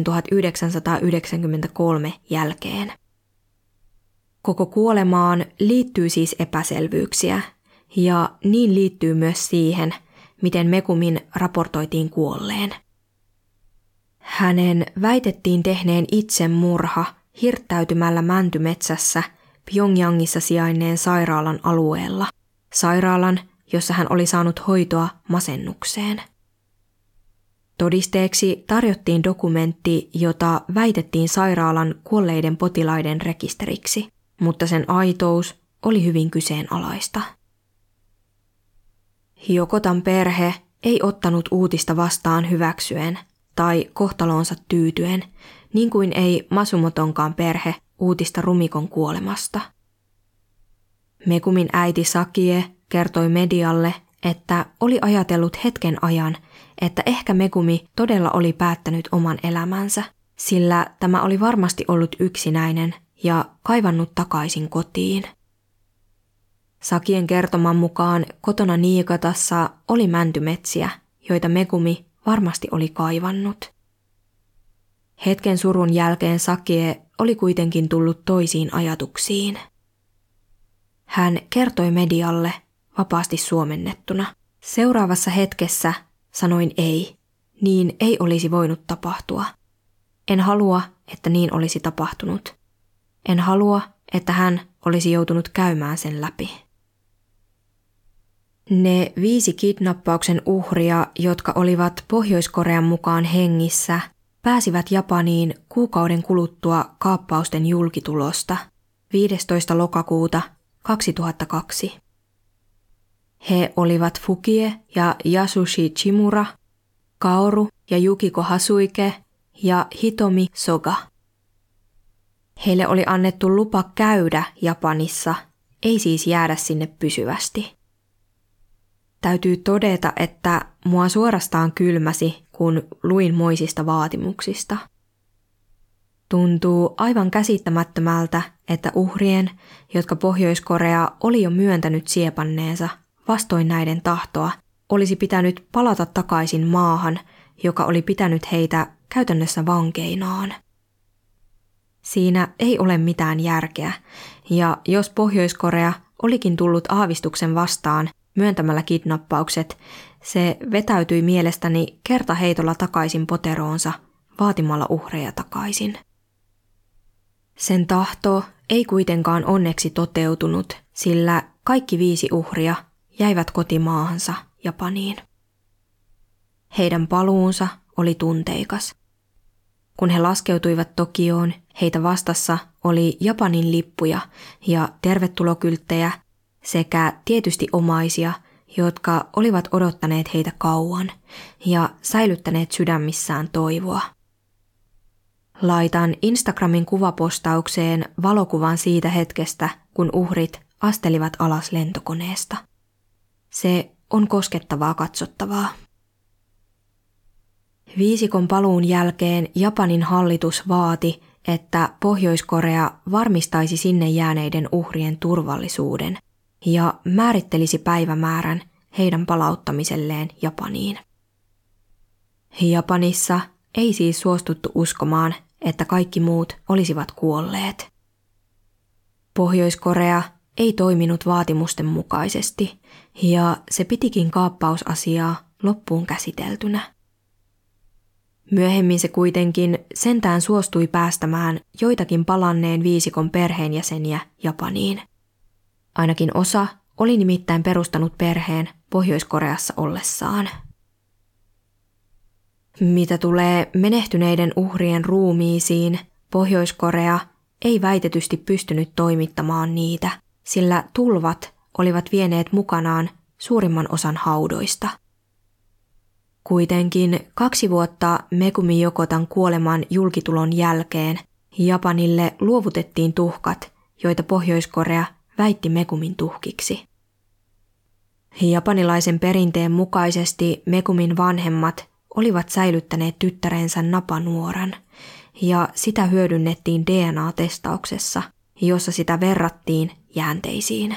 1993 jälkeen. Koko kuolemaan liittyy siis epäselvyyksiä, ja niin liittyy myös siihen, miten Megumin raportoitiin kuolleen. Hänen väitettiin tehneen itsemurha hirttäytymällä mäntymetsässä Pyongyangissa sijainneen sairaalan alueella, sairaalan, jossa hän oli saanut hoitoa masennukseen. Todisteeksi tarjottiin dokumentti, jota väitettiin sairaalan kuolleiden potilaiden rekisteriksi, mutta sen aitous oli hyvin kyseenalaista. Yokotan perhe ei ottanut uutista vastaan hyväksyen tai kohtaloonsa tyytyen, niin kuin ei Matsumotonkaan perhe uutista Rumikon kuolemasta. Megumin äiti Sakie kertoi medialle, että oli ajatellut hetken ajan, että ehkä Megumi todella oli päättänyt oman elämänsä, sillä tämä oli varmasti ollut yksinäinen ja kaivannut takaisin kotiin. Sakien kertoman mukaan kotona Niigatassa oli mäntymetsiä, joita Megumi varmasti oli kaivannut. Hetken surun jälkeen Sakie oli kuitenkin tullut toisiin ajatuksiin. Hän kertoi medialle, vapaasti suomennettuna: seuraavassa hetkessä sanoin ei, niin ei olisi voinut tapahtua. En halua, että niin olisi tapahtunut. En halua, että hän olisi joutunut käymään sen läpi. Ne 5 kidnappauksen uhria, jotka olivat Pohjois-Korean mukaan hengissä, pääsivät Japaniin kuukauden kuluttua kaappausten julkitulosta 15. lokakuuta 2002. He olivat Fukie ja Yasushi Chimura, Kaoru ja Yukiko Hasuike ja Hitomi Soga. Heille oli annettu lupa käydä Japanissa, ei siis jäädä sinne pysyvästi. Täytyy todeta, että mua suorastaan kylmäsi, kun luin moisista vaatimuksista. Tuntuu aivan käsittämättömältä, että uhrien, jotka Pohjois-Korea oli jo myöntänyt siepanneensa vastoin näiden tahtoa, olisi pitänyt palata takaisin maahan, joka oli pitänyt heitä käytännössä vankeinaan. Siinä ei ole mitään järkeä, ja jos Pohjois-Korea olikin tullut aavistuksen vastaan, myöntämällä kidnappaukset, se vetäytyi mielestäni kertaheitolla takaisin poteroonsa vaatimalla uhreja takaisin. Sen tahto ei kuitenkaan onneksi toteutunut, sillä kaikki 5 uhria jäivät kotimaahansa Japaniin. Heidän paluunsa oli tunteikas. Kun he laskeutuivat Tokioon, heitä vastassa oli Japanin lippuja ja tervetulokylttejä sekä tietysti omaisia, jotka olivat odottaneet heitä kauan ja säilyttäneet sydämissään toivoa. Laitan Instagramin kuvapostaukseen valokuvan siitä hetkestä, kun uhrit astelivat alas lentokoneesta. Se on koskettavaa katsottavaa. Viisikon paluun jälkeen Japanin hallitus vaati, että Pohjois-Korea varmistaisi sinne jääneiden uhrien turvallisuuden ja määrittelisi päivämäärän heidän palauttamiselleen Japaniin. Japanissa ei siis suostuttu uskomaan, että kaikki muut olisivat kuolleet. Pohjois-Korea ei toiminut vaatimusten mukaisesti ja se pitikin kaappausasiaa loppuun käsiteltynä. Myöhemmin se kuitenkin sentään suostui päästämään joitakin palanneen viisikon perheenjäseniä Japaniin. Ainakin osa oli nimittäin perustanut perheen Pohjois-Koreassa ollessaan. Mitä tulee menehtyneiden uhrien ruumiisiin, Pohjois-Korea ei väitetysti pystynyt toimittamaan niitä, sillä tulvat olivat vieneet mukanaan suurimman osan haudoista. Kuitenkin 2 vuotta Megumi Yokotan kuoleman julkitulon jälkeen Japanille luovutettiin tuhkat, joita Pohjois-Korea väitti Megumin tuhkiksi. Japanilaisen perinteen mukaisesti Megumin vanhemmat olivat säilyttäneet tyttärensä napanuoran ja sitä hyödynnettiin DNA-testauksessa, jossa sitä verrattiin jäänteisiin.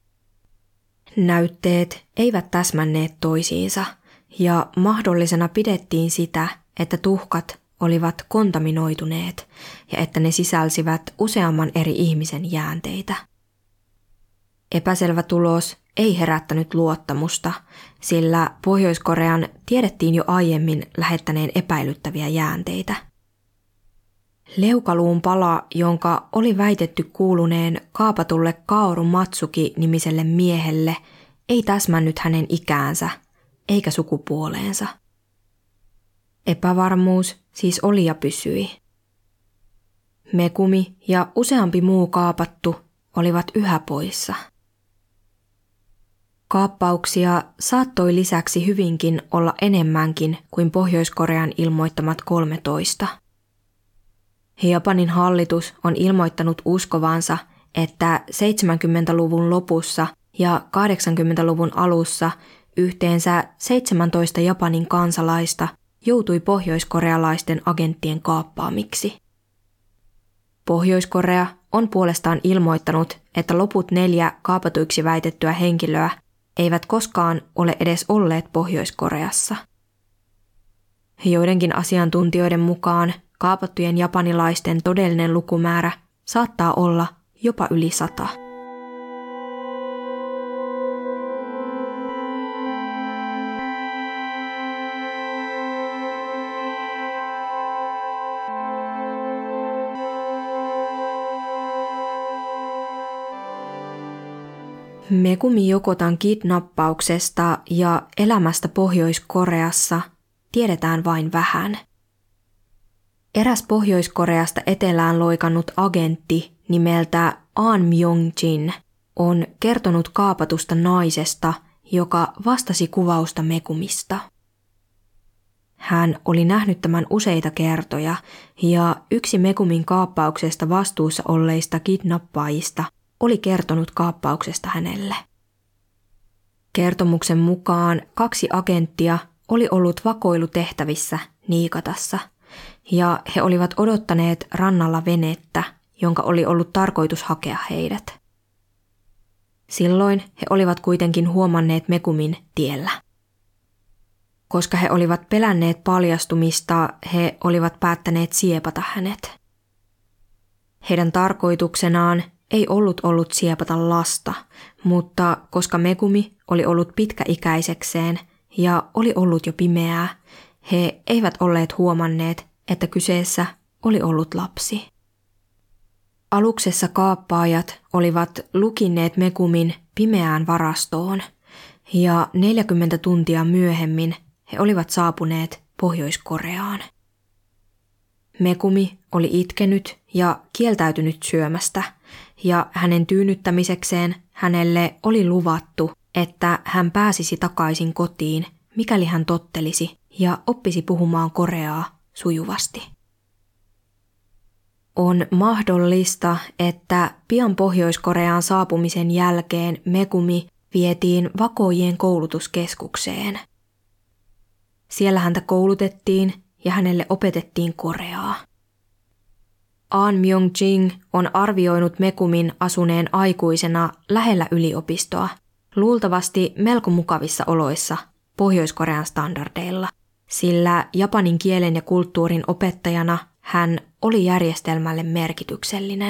Näytteet eivät täsmänneet toisiinsa ja mahdollisena pidettiin sitä, että tuhkat olivat kontaminoituneet ja että ne sisälsivät useamman eri ihmisen jäänteitä. Epäselvä tulos ei herättänyt luottamusta, sillä Pohjois-Korean tiedettiin jo aiemmin lähettäneen epäilyttäviä jäänteitä. Leukaluun pala, jonka oli väitetty kuuluneen kaapatulle Kaoru Matsuki-nimiselle miehelle, ei täsmännyt hänen ikäänsä eikä sukupuoleensa. Epävarmuus siis oli ja pysyi. Megumi ja useampi muu kaapattu olivat yhä poissa. Kaappauksia saattoi lisäksi hyvinkin olla enemmänkin kuin Pohjois-Korean ilmoittamat 13. Japanin hallitus on ilmoittanut uskovansa, että 70-luvun lopussa ja 80-luvun alussa yhteensä 17 Japanin kansalaista joutui pohjoiskorealaisten agenttien kaappaamiksi. Pohjois-Korea on puolestaan ilmoittanut, että loput 4 kaapatuiksi väitettyä henkilöä eivät koskaan ole edes olleet Pohjois-Koreassa. Joidenkin asiantuntijoiden mukaan kaapattujen japanilaisten todellinen lukumäärä saattaa olla jopa yli 100. Megumi Yokotan kidnappauksesta ja elämästä Pohjois-Koreassa tiedetään vain vähän. Eräs Pohjois-Koreasta etelään loikannut agentti nimeltä Ahn Myong-jin on kertonut kaapatusta naisesta, joka vastasi kuvausta Megumista. Hän oli nähnyt tämän useita kertoja ja yksi Megumin kaappauksesta vastuussa olleista kidnappaajista oli kertonut kaappauksesta hänelle. Kertomuksen mukaan 2 agenttia oli ollut vakoilutehtävissä Niikatassa ja he olivat odottaneet rannalla venettä, jonka oli ollut tarkoitus hakea heidät. Silloin he olivat kuitenkin huomanneet Megumin tiellä. Koska he olivat pelänneet paljastumista, he olivat päättäneet siepata hänet. Heidän tarkoituksenaan ei ollut siepata lasta, mutta koska Megumi oli ollut pitkäikäisekseen ja oli ollut jo pimeää, he eivät olleet huomanneet, että kyseessä oli ollut lapsi. Aluksessa kaappaajat olivat lukinneet Megumin pimeään varastoon ja 40 tuntia myöhemmin he olivat saapuneet Pohjois-Koreaan. Megumi oli itkenyt ja kieltäytynyt syömästä ja hänen tyynnyttämisekseen hänelle oli luvattu, että hän pääsisi takaisin kotiin, mikäli hän tottelisi ja oppisi puhumaan koreaa sujuvasti. On mahdollista, että pian Pohjois-Koreaan saapumisen jälkeen Megumi vietiin vakoojien koulutuskeskukseen. Siellä häntä koulutettiin ja hänelle opetettiin koreaa. Ahn Myung-jing on arvioinut Megumin asuneen aikuisena lähellä yliopistoa, luultavasti melko mukavissa oloissa Pohjois-Korean standardeilla, sillä japanin kielen ja kulttuurin opettajana hän oli järjestelmälle merkityksellinen.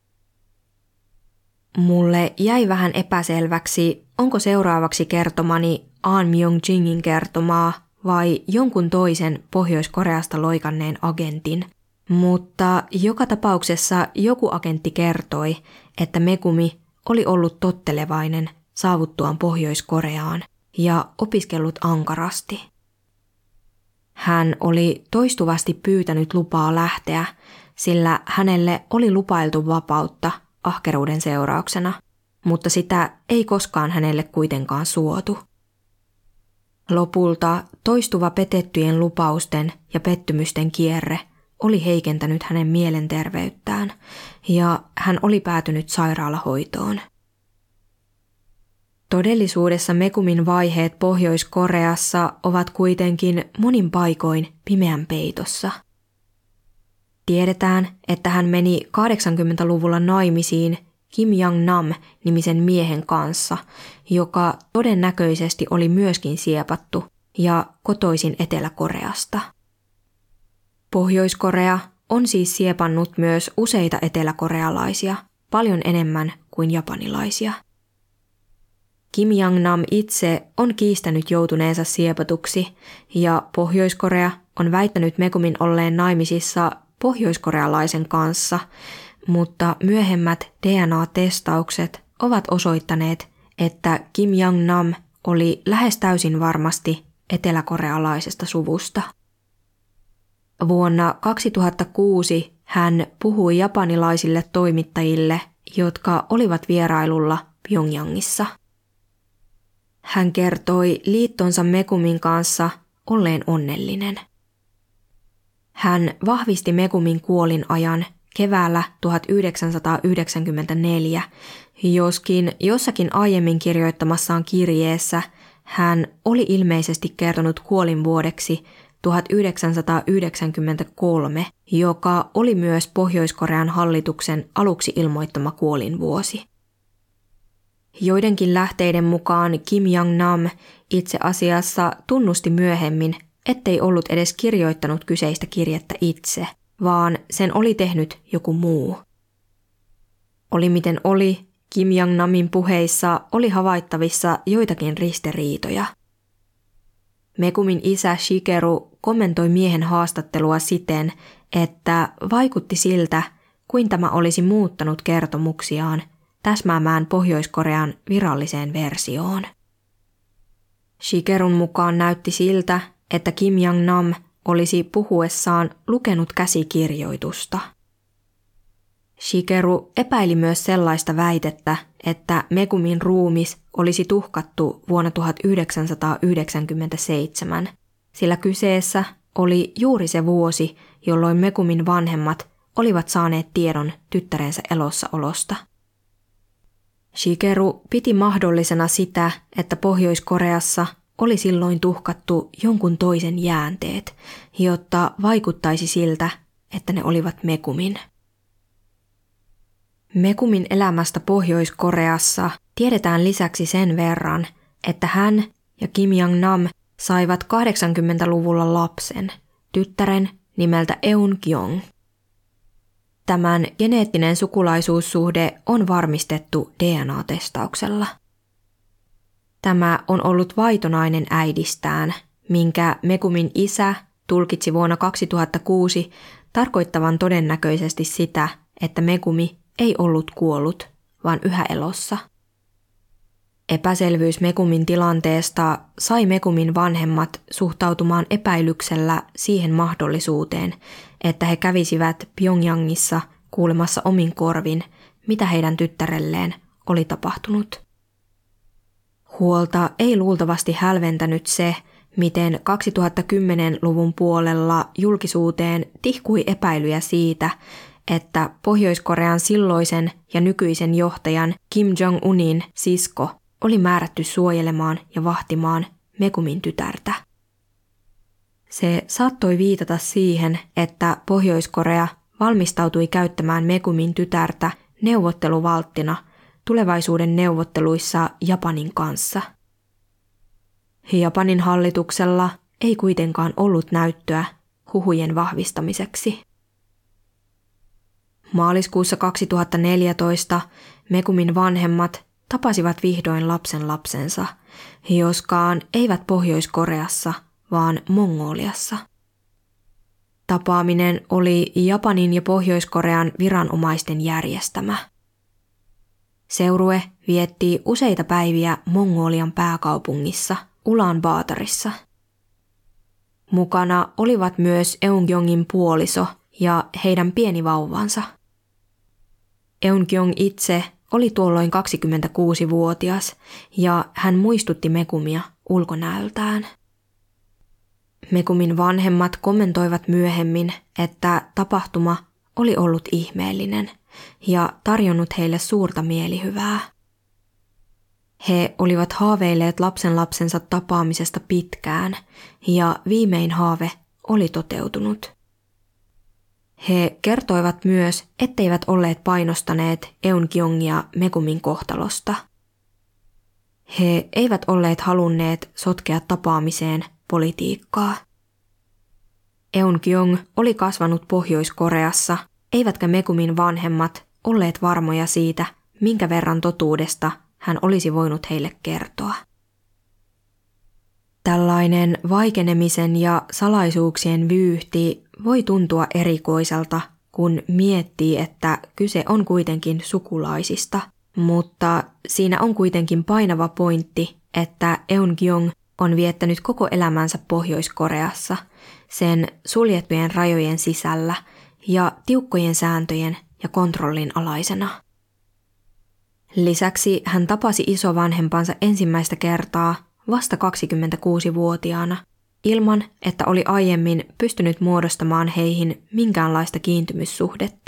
Mulle jäi vähän epäselväksi, onko seuraavaksi kertomani Ahn Myung-jingin kertomaa vai jonkun toisen Pohjois-Koreasta loikanneen agentin, mutta joka tapauksessa joku agentti kertoi, että Megumi oli ollut tottelevainen saavuttuaan Pohjois-Koreaan ja opiskellut ankarasti. Hän oli toistuvasti pyytänyt lupaa lähteä, sillä hänelle oli lupailtu vapautta ahkeruuden seurauksena, mutta sitä ei koskaan hänelle kuitenkaan suotu. Lopulta toistuva petettyjen lupausten ja pettymysten kierre oli heikentänyt hänen mielenterveyttään ja hän oli päätynyt sairaalahoitoon. Todellisuudessa Megumin vaiheet Pohjois-Koreassa ovat kuitenkin monin paikoin pimeän peitossa. Tiedetään, että hän meni 80-luvulla naimisiin Kim Young-nam-nimisen miehen kanssa, joka todennäköisesti oli myöskin siepattu ja kotoisin Etelä-Koreasta. Pohjois-Korea on siis siepannut myös useita eteläkorealaisia, paljon enemmän kuin japanilaisia. Kim Young-nam itse on kiistänyt joutuneensa siepatuksi ja Pohjois-Korea on väittänyt Megumin olleen naimisissa pohjoiskorealaisen kanssa, mutta myöhemmät DNA-testaukset ovat osoittaneet, että Kim Young-nam oli lähes täysin varmasti eteläkorealaisesta suvusta. Vuonna 2006 hän puhui japanilaisille toimittajille, jotka olivat vierailulla Pyongyangissa. Hän kertoi liittonsa Megumin kanssa olleen onnellinen. Hän vahvisti Megumin kuolinajan keväällä 1994, joskin jossakin aiemmin kirjoittamassaan kirjeessä hän oli ilmeisesti kertonut kuolinvuodeksi 1993, joka oli myös Pohjois-Korean hallituksen aluksi ilmoittama kuolinvuosi. Joidenkin lähteiden mukaan Kim Young-nam itse asiassa tunnusti myöhemmin, ettei ollut edes kirjoittanut kyseistä kirjettä itse, vaan sen oli tehnyt joku muu. Oli miten oli, Kim Young-namin puheissa oli havaittavissa joitakin ristiriitoja. Megumin isä Shigeru kommentoi miehen haastattelua siten, että vaikutti siltä, kuin tämä olisi muuttanut kertomuksiaan täsmäämään Pohjois-Korean viralliseen versioon. Shigerun mukaan näytti siltä, että Kim Young-nam olisi puhuessaan lukenut käsikirjoitusta. Shigeru epäili myös sellaista väitettä, että Megumin ruumis olisi tuhkattu vuonna 1997, sillä kyseessä oli juuri se vuosi, jolloin Megumin vanhemmat olivat saaneet tiedon tyttärensä elossaolosta. Shigeru piti mahdollisena sitä, että Pohjois-Koreassa oli silloin tuhkattu jonkun toisen jäänteet, jotta vaikuttaisi siltä, että ne olivat Megumin. Megumin elämästä Pohjois-Koreassa tiedetään lisäksi sen verran, että hän ja Kim Young-nam saivat 80-luvulla lapsen, tyttären nimeltä Eun-kyung. Tämän geneettinen sukulaisuussuhde on varmistettu DNA-testauksella. Tämä on ollut vaitonainen äidistään, minkä Megumin isä tulkitsi vuonna 2006 tarkoittavan todennäköisesti sitä, että Megumi ei ollut kuollut, vaan yhä elossa. Epäselvyys Megumin tilanteesta sai Megumin vanhemmat suhtautumaan epäilyksellä siihen mahdollisuuteen, että he kävisivät Pyongyangissa kuulemassa omin korvin, mitä heidän tyttärelleen oli tapahtunut. Huolta ei luultavasti hälventänyt se, miten 2010-luvun puolella julkisuuteen tihkui epäilyjä siitä, että Pohjois-Korean silloisen ja nykyisen johtajan Kim Jong-unin sisko oli määrätty suojelemaan ja vahtimaan Megumin tytärtä. Se saattoi viitata siihen, että Pohjois-Korea valmistautui käyttämään Megumin tytärtä neuvotteluvalttina tulevaisuuden neuvotteluissa Japanin kanssa. Japanin hallituksella ei kuitenkaan ollut näyttöä huhujen vahvistamiseksi. Maaliskuussa 2014 Megumin vanhemmat tapasivat vihdoin lapsensa, joskaan eivät Pohjois-Koreassa, vaan Mongoliassa. Tapaaminen oli Japanin ja Pohjois-Korean viranomaisten järjestämä. Seurue vietti useita päiviä Mongolian pääkaupungissa Ulaanbaatarissa. Mukana olivat myös Eunkyongin puoliso ja heidän pieni vauvansa. Eunkyong itse oli tuolloin 26-vuotias ja hän muistutti Megumia ulkonäöltään. Megumin vanhemmat kommentoivat myöhemmin, että tapahtuma oli ollut ihmeellinen ja tarjonnut heille suurta mielihyvää. He olivat haaveilleet lapsensa tapaamisesta pitkään ja viimein haave oli toteutunut. He kertoivat myös, etteivät olleet painostaneet Eunkyongia Megumin kohtalosta. He eivät olleet halunneet sotkea tapaamiseen politiikkaa. Eunkyong oli kasvanut Pohjois-Koreassa, eivätkä Megumin vanhemmat olleet varmoja siitä, minkä verran totuudesta hän olisi voinut heille kertoa. Tällainen vaikenemisen ja salaisuuksien vyyhti voi tuntua erikoiselta, kun miettii, että kyse on kuitenkin sukulaisista, mutta siinä on kuitenkin painava pointti, että Eunkyong on viettänyt koko elämänsä Pohjois-Koreassa, sen suljettujen rajojen sisällä ja tiukkojen sääntöjen ja kontrollin alaisena. Lisäksi hän tapasi isovanhempansa ensimmäistä kertaa vasta 26-vuotiaana, ilman että oli aiemmin pystynyt muodostamaan heihin minkäänlaista kiintymyssuhdetta.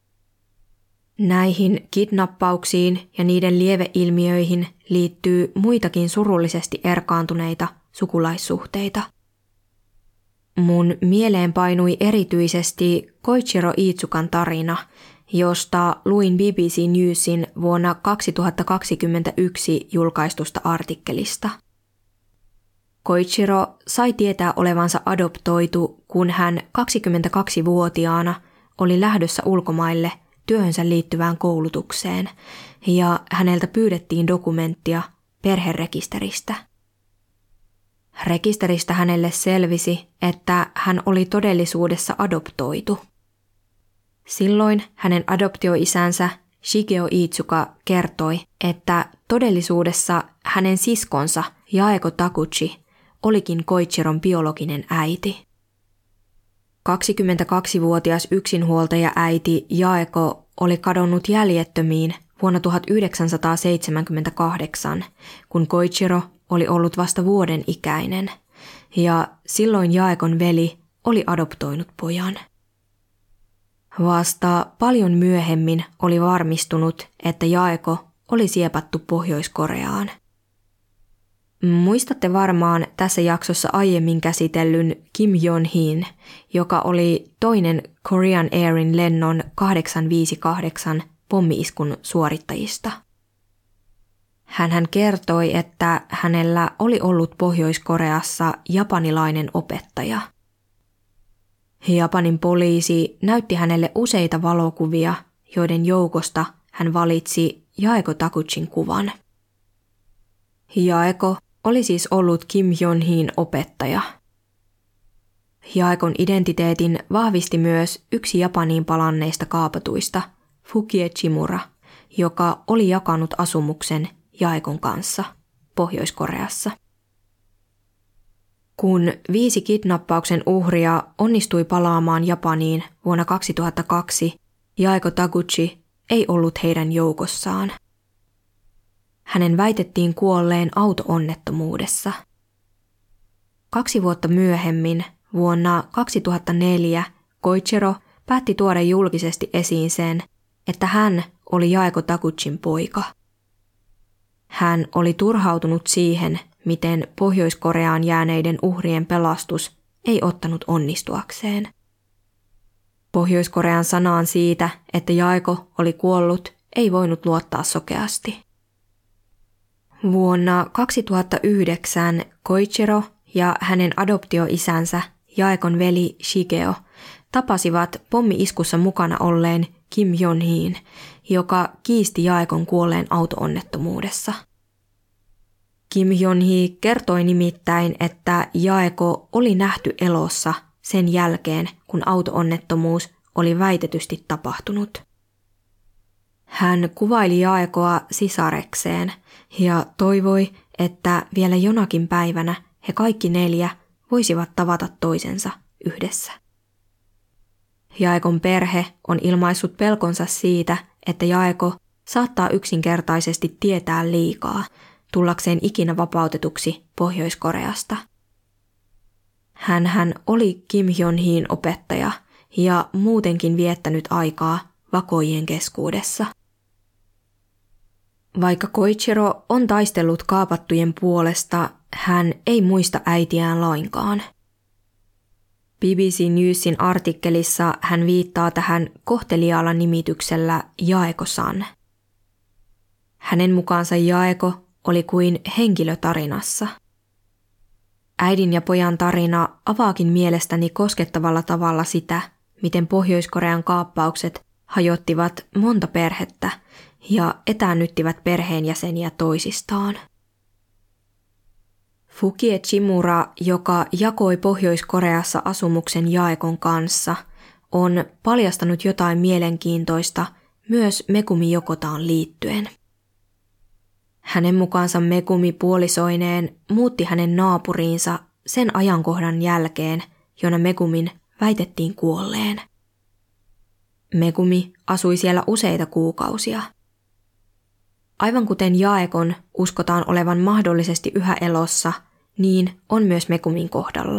Näihin kidnappauksiin ja niiden lieveilmiöihin liittyy muitakin surullisesti erkaantuneita sukulaissuhteita. Mun mieleen painui erityisesti Koichiro Iitsukan tarina, josta luin BBC Newsin vuonna 2021 julkaistusta artikkelista. Koichiro sai tietää olevansa adoptoitu, kun hän 22-vuotiaana oli lähdössä ulkomaille työhönsä liittyvään koulutukseen ja häneltä pyydettiin dokumenttia perherekisteristä. Rekisteristä hänelle selvisi, että hän oli todellisuudessa adoptoitu. Silloin hänen adoptioisänsä Shigeo Iitsuka kertoi, että todellisuudessa hänen siskonsa Jaeko Takuchi olikin Koichiron biologinen äiti. 22-vuotias yksinhuoltaja äiti Jaeko oli kadonnut jäljettömiin vuonna 1978, kun Koichiro oli ollut vasta vuoden ikäinen, ja silloin Jaekon veli oli adoptoinut pojan. Vasta paljon myöhemmin oli varmistunut, että Jaeko oli siepattu Pohjois-Koreaan. Muistatte varmaan tässä jaksossa aiemmin käsitellyn Kim Yeon-heen, joka oli toinen Korean Airin lennon 858 pommi-iskun suorittajista. Hän kertoi, että hänellä oli ollut Pohjois-Koreassa japanilainen opettaja. Japanin poliisi näytti hänelle useita valokuvia, joiden joukosta hän valitsi Jaeko Taguchin kuvan. Jaeko oli siis ollut Kim Hyun-heen opettaja. Jaekon identiteetin vahvisti myös yksi Japaniin palanneista kaapatuista, Fukie Chimura, joka oli jakanut asumuksen Jaekon kanssa Pohjois-Koreassa. Kun 5 kidnappauksen uhria onnistui palaamaan Japaniin vuonna 2002, Jaeko Taguchi ei ollut heidän joukossaan. Hänen väitettiin kuolleen auto-onnettomuudessa. 2 vuotta myöhemmin, vuonna 2004, Koichiro päätti tuoda julkisesti esiin sen, että hän oli Jaeko Taguchin poika. Hän oli turhautunut siihen, miten Pohjois-Koreaan jääneiden uhrien pelastus ei ottanut onnistuakseen. Pohjois-Korean sanaan siitä, että Jaeko oli kuollut, ei voinut luottaa sokeasti. Vuonna 2009 Koichiro ja hänen adoptioisänsä Jaekon veli Shigeo tapasivat pommi-iskussa mukana olleen Kim Hyun-heen, joka kiisti Jaekon kuolleen auto-onnettomuudessa. Kim Hyun-hee kertoi nimittäin, että Jaeko oli nähty elossa sen jälkeen, kun auto-onnettomuus oli väitetysti tapahtunut. Hän kuvaili Jaekoa sisarekseen ja toivoi, että vielä jonakin päivänä he kaikki 4 voisivat tavata toisensa yhdessä. Jaekon perhe on ilmaissut pelkonsa siitä, että Jaeko saattaa yksinkertaisesti tietää liikaa tullakseen ikinä vapautetuksi Pohjois-Koreasta. Hänhän oli Kim Hyun-heen opettaja ja muutenkin viettänyt aikaa vakoijien keskuudessa. Vaikka Koichiro on taistellut kaapattujen puolesta, hän ei muista äitiään lainkaan. BBC Newsin artikkelissa hän viittaa tähän kohteliaalla nimityksellä Jaeko-san. Hänen mukaansa Jaeko oli kuin henkilö tarinassa. Äidin ja pojan tarina avaakin mielestäni koskettavalla tavalla sitä, miten Pohjois-Korean kaappaukset hajottivat monta perhettä ja etäännyttivät perheenjäseniä toisistaan. Fukie Chimura, joka jakoi Pohjois-Koreassa asumuksen Jaekon kanssa, on paljastanut jotain mielenkiintoista myös Megumi Yokotaan liittyen. Hänen mukaansa Megumi puolisoineen muutti hänen naapuriinsa sen ajankohdan jälkeen, jona Megumin väitettiin kuolleen. Megumi asui siellä useita kuukausia. Aivan kuten Jaekon uskotaan olevan mahdollisesti yhä elossa, niin on myös Megumin kohdalla.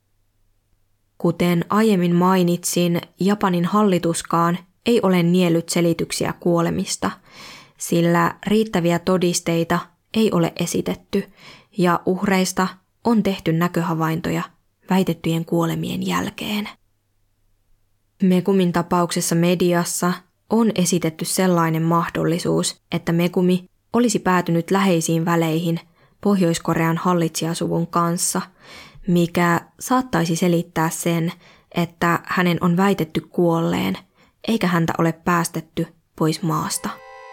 Kuten aiemmin mainitsin, Japanin hallituskaan ei ole niellyt selityksiä kuolemista, sillä riittäviä todisteita ei ole esitetty ja uhreista on tehty näköhavaintoja väitettyjen kuolemien jälkeen. Megumin tapauksessa mediassa on esitetty sellainen mahdollisuus, että Megumi olisi päätynyt läheisiin väleihin Pohjois-Korean hallitsijasuvun kanssa, mikä saattaisi selittää sen, että hänen on väitetty kuolleen, eikä häntä ole päästetty pois maasta.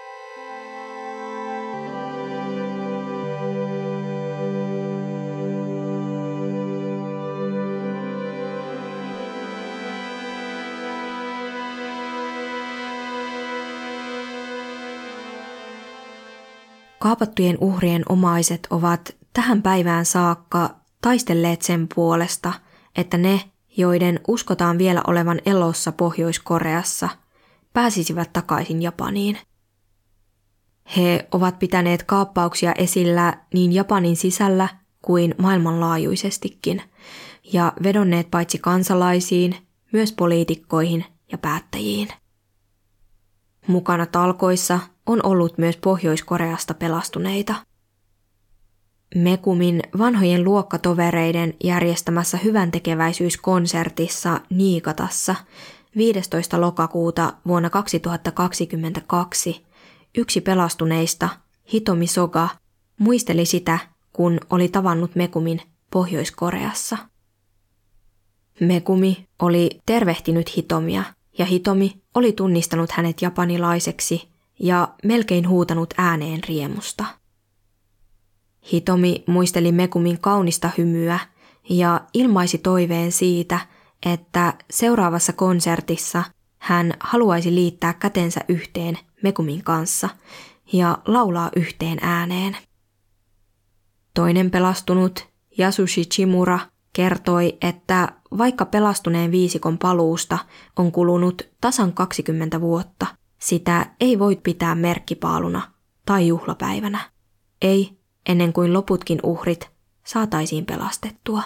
Kaapattujen uhrien omaiset ovat tähän päivään saakka taistelleet sen puolesta, että ne, joiden uskotaan vielä olevan elossa Pohjois-Koreassa, pääsisivät takaisin Japaniin. He ovat pitäneet kaappauksia esillä niin Japanin sisällä kuin maailmanlaajuisestikin ja vedonneet paitsi kansalaisiin, myös poliitikkoihin ja päättäjiin. Mukana talkoissa on ollut myös Pohjois-Koreasta pelastuneita. Megumin vanhojen luokkatovereiden järjestämässä hyväntekeväisyyskonsertissa Niigatassa 15. lokakuuta vuonna 2022 yksi pelastuneista, Hitomi Soga, muisteli sitä, kun oli tavannut Megumin Pohjois-Koreassa. Megumi oli tervehtinyt Hitomia ja Hitomi oli tunnistanut hänet japanilaiseksi ja melkein huutanut ääneen riemusta. Hitomi muisteli Megumin kaunista hymyä ja ilmaisi toiveen siitä, että seuraavassa konsertissa hän haluaisi liittää kätensä yhteen Megumin kanssa ja laulaa yhteen ääneen. Toinen pelastunut, Yasushi Chimura, kertoi, että vaikka pelastuneen viisikon paluusta on kulunut tasan 20 vuotta, sitä ei voi pitää merkkipaaluna tai juhlapäivänä. Ei, ennen kuin loputkin uhrit saataisiin pelastettua.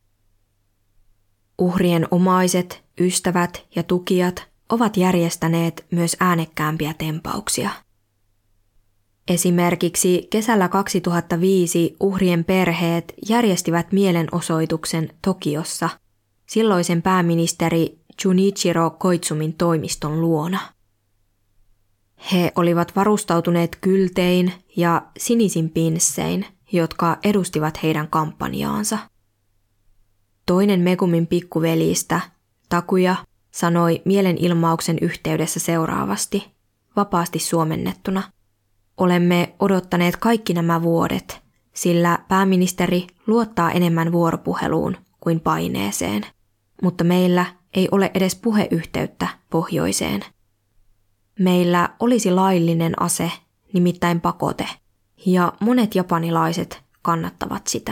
Uhrien omaiset, ystävät ja tukijat ovat järjestäneet myös äänekkäämpiä tempauksia. Esimerkiksi kesällä 2005 uhrien perheet järjestivät mielenosoituksen Tokiossa silloisen pääministeri Junichiro Koitsumin toimiston luona. He olivat varustautuneet kyltein ja sinisin pinssein, jotka edustivat heidän kampanjaansa. Toinen Megumin pikkuveljistä, Takuya, sanoi mielenilmauksen yhteydessä seuraavasti, vapaasti suomennettuna: "Olemme odottaneet kaikki nämä vuodet, sillä pääministeri luottaa enemmän vuoropuheluun kuin paineeseen, mutta meillä ei ole edes puheyhteyttä pohjoiseen. Meillä olisi laillinen ase, nimittäin pakote, ja monet japanilaiset kannattavat sitä."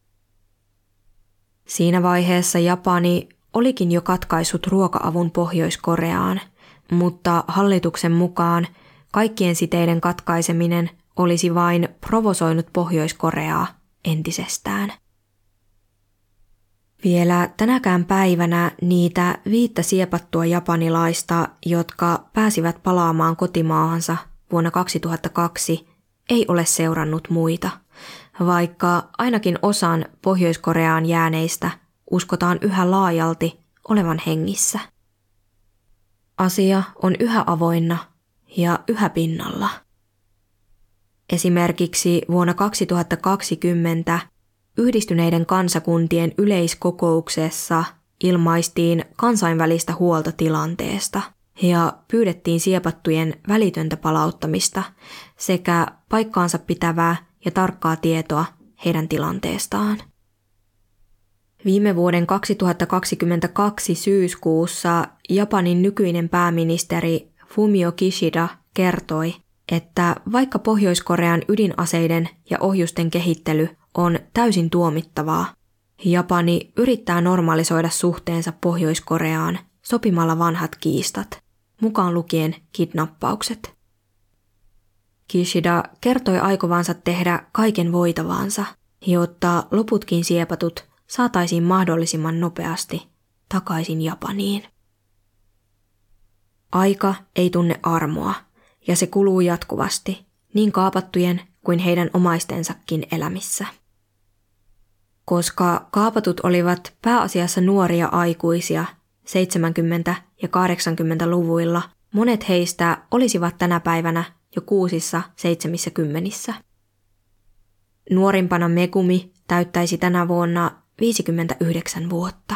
Siinä vaiheessa Japani olikin jo katkaissut ruoka-avun Pohjois-Koreaan, mutta hallituksen mukaan kaikkien siteiden katkaiseminen olisi vain provosoinut Pohjois-Koreaa entisestään. Vielä tänäkään päivänä niitä 5 siepattua japanilaista, jotka pääsivät palaamaan kotimaahansa vuonna 2002, ei ole seurannut muita, vaikka ainakin osan Pohjois-Koreaan jääneistä uskotaan yhä laajalti olevan hengissä. Asia on yhä avoinna ja yhä pinnalla. Esimerkiksi vuonna 2020 Yhdistyneiden kansakuntien yleiskokouksessa ilmaistiin kansainvälistä huolta tilanteesta ja pyydettiin siepattujen välitöntä palauttamista sekä paikkaansa pitävää ja tarkkaa tietoa heidän tilanteestaan. Viime vuoden 2022 syyskuussa Japanin nykyinen pääministeri Fumio Kishida kertoi, että vaikka Pohjois-Korean ydinaseiden ja ohjusten kehittely on täysin tuomittavaa, Japani yrittää normalisoida suhteensa Pohjois-Koreaan sopimalla vanhat kiistat, mukaan lukien kidnappaukset. Kishida kertoi aikovansa tehdä kaiken voitavaansa, jotta loputkin siepatut saataisiin mahdollisimman nopeasti takaisin Japaniin. Aika ei tunne armoa, ja se kuluu jatkuvasti, niin kaapattujen kuin heidän omaistensakin elämissä. Koska kaapatut olivat pääasiassa nuoria aikuisia 70- ja 80-luvuilla, monet heistä olisivat tänä päivänä jo 6-70. Nuorimpana Megumi täyttäisi tänä vuonna 59 vuotta.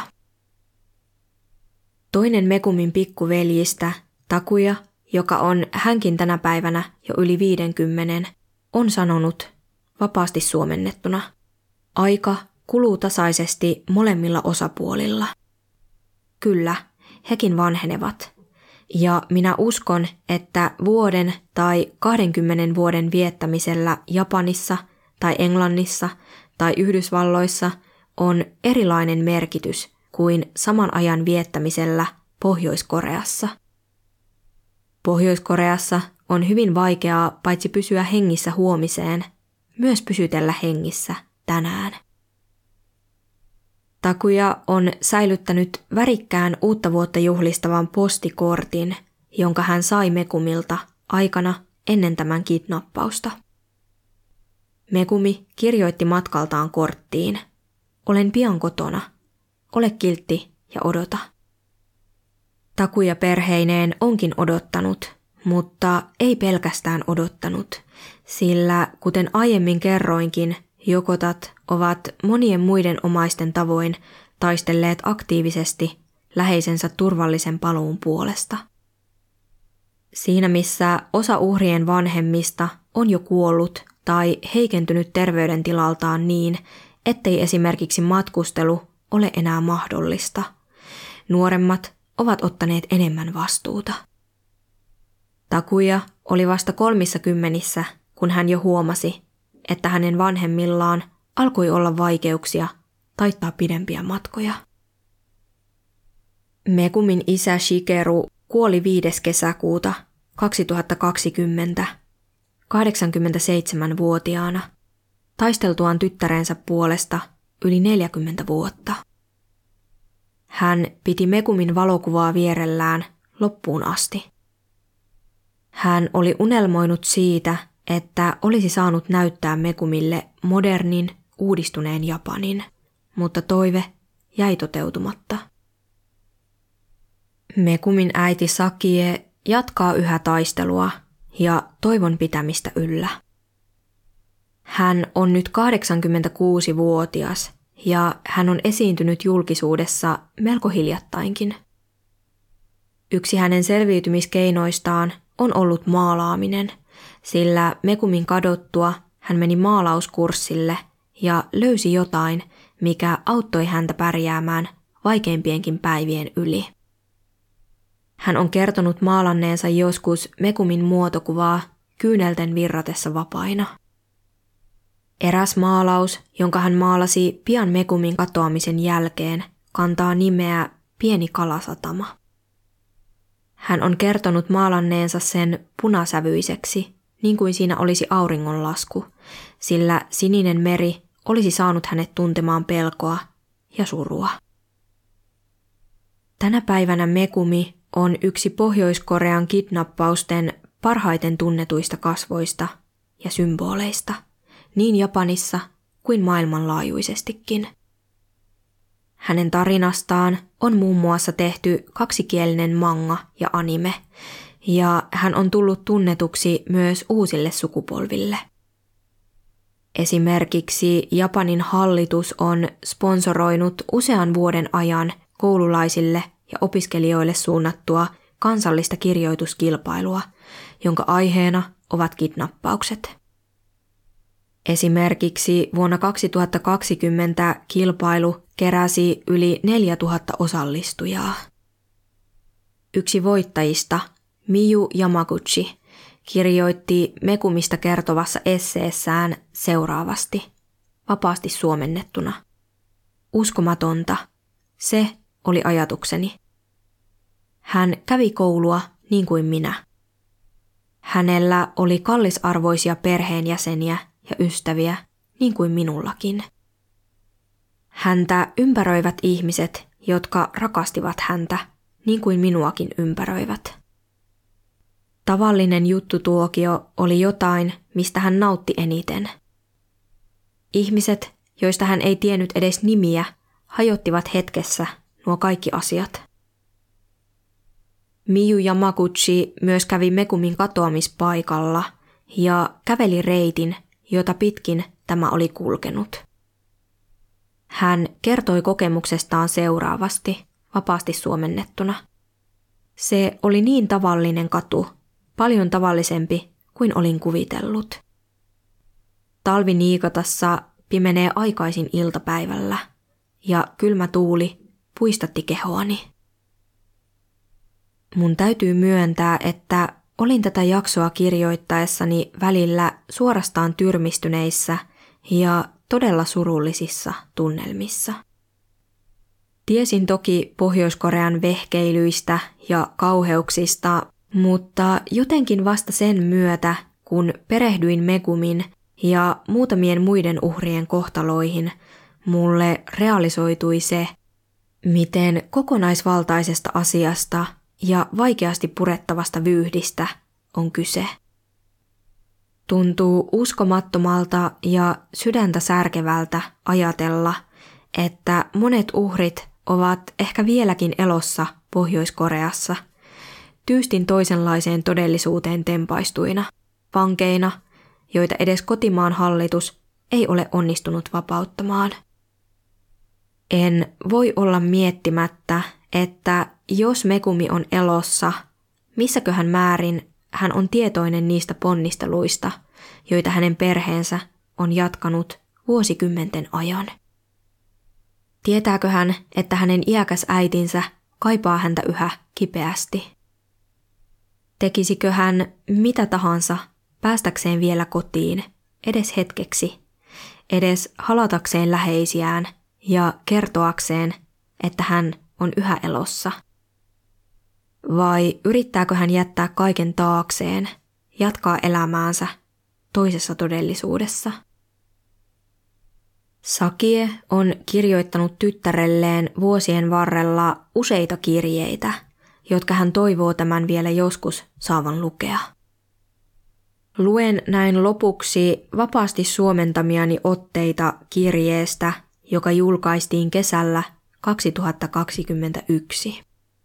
Toinen Megumin pikkuveljistä, Takuya, joka on hänkin tänä päivänä jo yli 50, on sanonut, vapaasti suomennettuna: "Aika kuluu tasaisesti molemmilla osapuolilla. Kyllä, hekin vanhenevat. Ja minä uskon, että vuoden tai 20 vuoden viettämisellä Japanissa tai Englannissa tai Yhdysvalloissa on erilainen merkitys kuin saman ajan viettämisellä Pohjois-Koreassa. Pohjois-Koreassa on hyvin vaikeaa paitsi pysyä hengissä huomiseen, myös pysytellä hengissä tänään." Takuya on säilyttänyt värikkään uutta vuotta juhlistavan postikortin, jonka hän sai Megumilta aikana ennen tämän kidnappausta. Megumi kirjoitti matkaltaan korttiin: "Olen pian kotona. Ole kiltti ja odota." Takuya perheineen onkin odottanut, mutta ei pelkästään odottanut, sillä kuten aiemmin kerroinkin, Jokotat ovat monien muiden omaisten tavoin taistelleet aktiivisesti läheisensä turvallisen paluun puolesta. Siinä missä osa uhrien vanhemmista on jo kuollut tai heikentynyt terveydentilaltaan niin, ettei esimerkiksi matkustelu ole enää mahdollista, nuoremmat ovat ottaneet enemmän vastuuta. Takuya oli vasta 30, kun hän jo huomasi, että hänen vanhemmillaan alkoi olla vaikeuksia taittaa pidempiä matkoja. Megumin isä Shigeru kuoli 5. kesäkuuta 2020 87-vuotiaana taisteltuaan tyttärensä puolesta yli 40 vuotta. Hän piti Megumin valokuvaa vierellään loppuun asti. Hän oli unelmoinut siitä, että olisi saanut näyttää Megumille modernin, uudistuneen Japanin, mutta toive jäi toteutumatta. Megumin äiti Sakie jatkaa yhä taistelua ja toivon pitämistä yllä. Hän on nyt 86-vuotias ja hän on esiintynyt julkisuudessa melko hiljattainkin. Yksi hänen selviytymiskeinoistaan on ollut maalaaminen, sillä Megumin kadottua hän meni maalauskurssille ja löysi jotain, mikä auttoi häntä pärjäämään vaikeimpienkin päivien yli. Hän on kertonut maalanneensa joskus Megumin muotokuvaa kyynelten virratessa vapaina. Eräs maalaus, jonka hän maalasi pian Megumin katoamisen jälkeen, kantaa nimeä Pieni kalasatama. Hän on kertonut maalanneensa sen punasävyiseksi, niin kuin siinä olisi auringonlasku, sillä sininen meri olisi saanut hänet tuntemaan pelkoa ja surua. Tänä päivänä Megumi on yksi Pohjois-Korean kidnappausten parhaiten tunnetuista kasvoista ja symboleista, niin Japanissa kuin maailmanlaajuisestikin. Hänen tarinastaan on muun muassa tehty kaksikielinen manga ja anime, ja hän on tullut tunnetuksi myös uusille sukupolville. Esimerkiksi Japanin hallitus on sponsoroinut usean vuoden ajan koululaisille ja opiskelijoille suunnattua kansallista kirjoituskilpailua, jonka aiheena ovat kidnappaukset. Esimerkiksi vuonna 2020 kilpailu keräsi yli 4000 osallistujaa. Yksi voittajista, Miyu Yamaguchi, kirjoitti Megumista kertovassa esseessään seuraavasti, vapaasti suomennettuna. Uskomatonta, se oli ajatukseni. Hän kävi koulua niin kuin minä. Hänellä oli kallisarvoisia perheenjäseniä ja ystäviä niin kuin minullakin. Häntä ympäröivät ihmiset, jotka rakastivat häntä niin kuin minuakin ympäröivät. Tavallinen juttutuokio oli jotain, mistä hän nautti eniten. Ihmiset, joista hän ei tiennyt edes nimiä, hajottivat hetkessä nuo kaikki asiat. Miyu Yamaguchi myös kävi Megumin katoamispaikalla ja käveli reitin, jota pitkin tämä oli kulkenut. Hän kertoi kokemuksestaan seuraavasti, vapaasti suomennettuna. Se oli niin tavallinen katu, paljon tavallisempi kuin olin kuvitellut. Talvi Niigatassa pimenee aikaisin iltapäivällä ja kylmä tuuli puistatti kehoani. Mun täytyy myöntää, että olin tätä jaksoa kirjoittaessani välillä suorastaan tyrmistyneissä ja todella surullisissa tunnelmissa. Tiesin toki Pohjois-Korean vehkeilyistä ja kauheuksista, mutta jotenkin vasta sen myötä, kun perehdyin Megumin ja muutamien muiden uhrien kohtaloihin, mulle realisoitui se, miten kokonaisvaltaisesta asiasta ja vaikeasti purettavasta vyyhdistä on kyse. Tuntuu uskomattomalta ja sydäntä särkevältä ajatella, että monet uhrit ovat ehkä vieläkin elossa Pohjois-Koreassa, tyystin toisenlaiseen todellisuuteen tempaistuina, vankeina, joita edes kotimaan hallitus ei ole onnistunut vapauttamaan. En voi olla miettimättä, että jos Megumi on elossa, missäköhän määrin hän on tietoinen niistä ponnisteluista, joita hänen perheensä on jatkanut vuosikymmenten ajan. Tietääkö hän, että hänen iäkäs äitinsä kaipaa häntä yhä kipeästi? Tekisikö hän mitä tahansa päästäkseen vielä kotiin, edes hetkeksi, edes halatakseen läheisiään ja kertoakseen, että hän on yhä elossa? Vai yrittääkö hän jättää kaiken taakseen, jatkaa elämäänsä toisessa todellisuudessa? Sakie on kirjoittanut tyttärelleen vuosien varrella useita kirjeitä, jotka hän toivoo tämän vielä joskus saavan lukea. Luen näin lopuksi vapaasti suomentamiani otteita kirjeestä, joka julkaistiin kesällä 2021.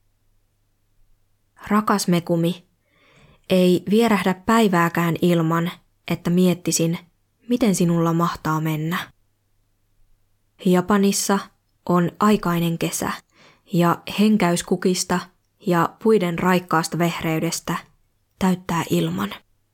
Rakas Megumi, ei vierähdä päivääkään ilman, että miettisin, miten sinulla mahtaa mennä. Japanissa on aikainen kesä ja henkäys kukista ja puiden raikkaasta vehreydestä täyttää ilman.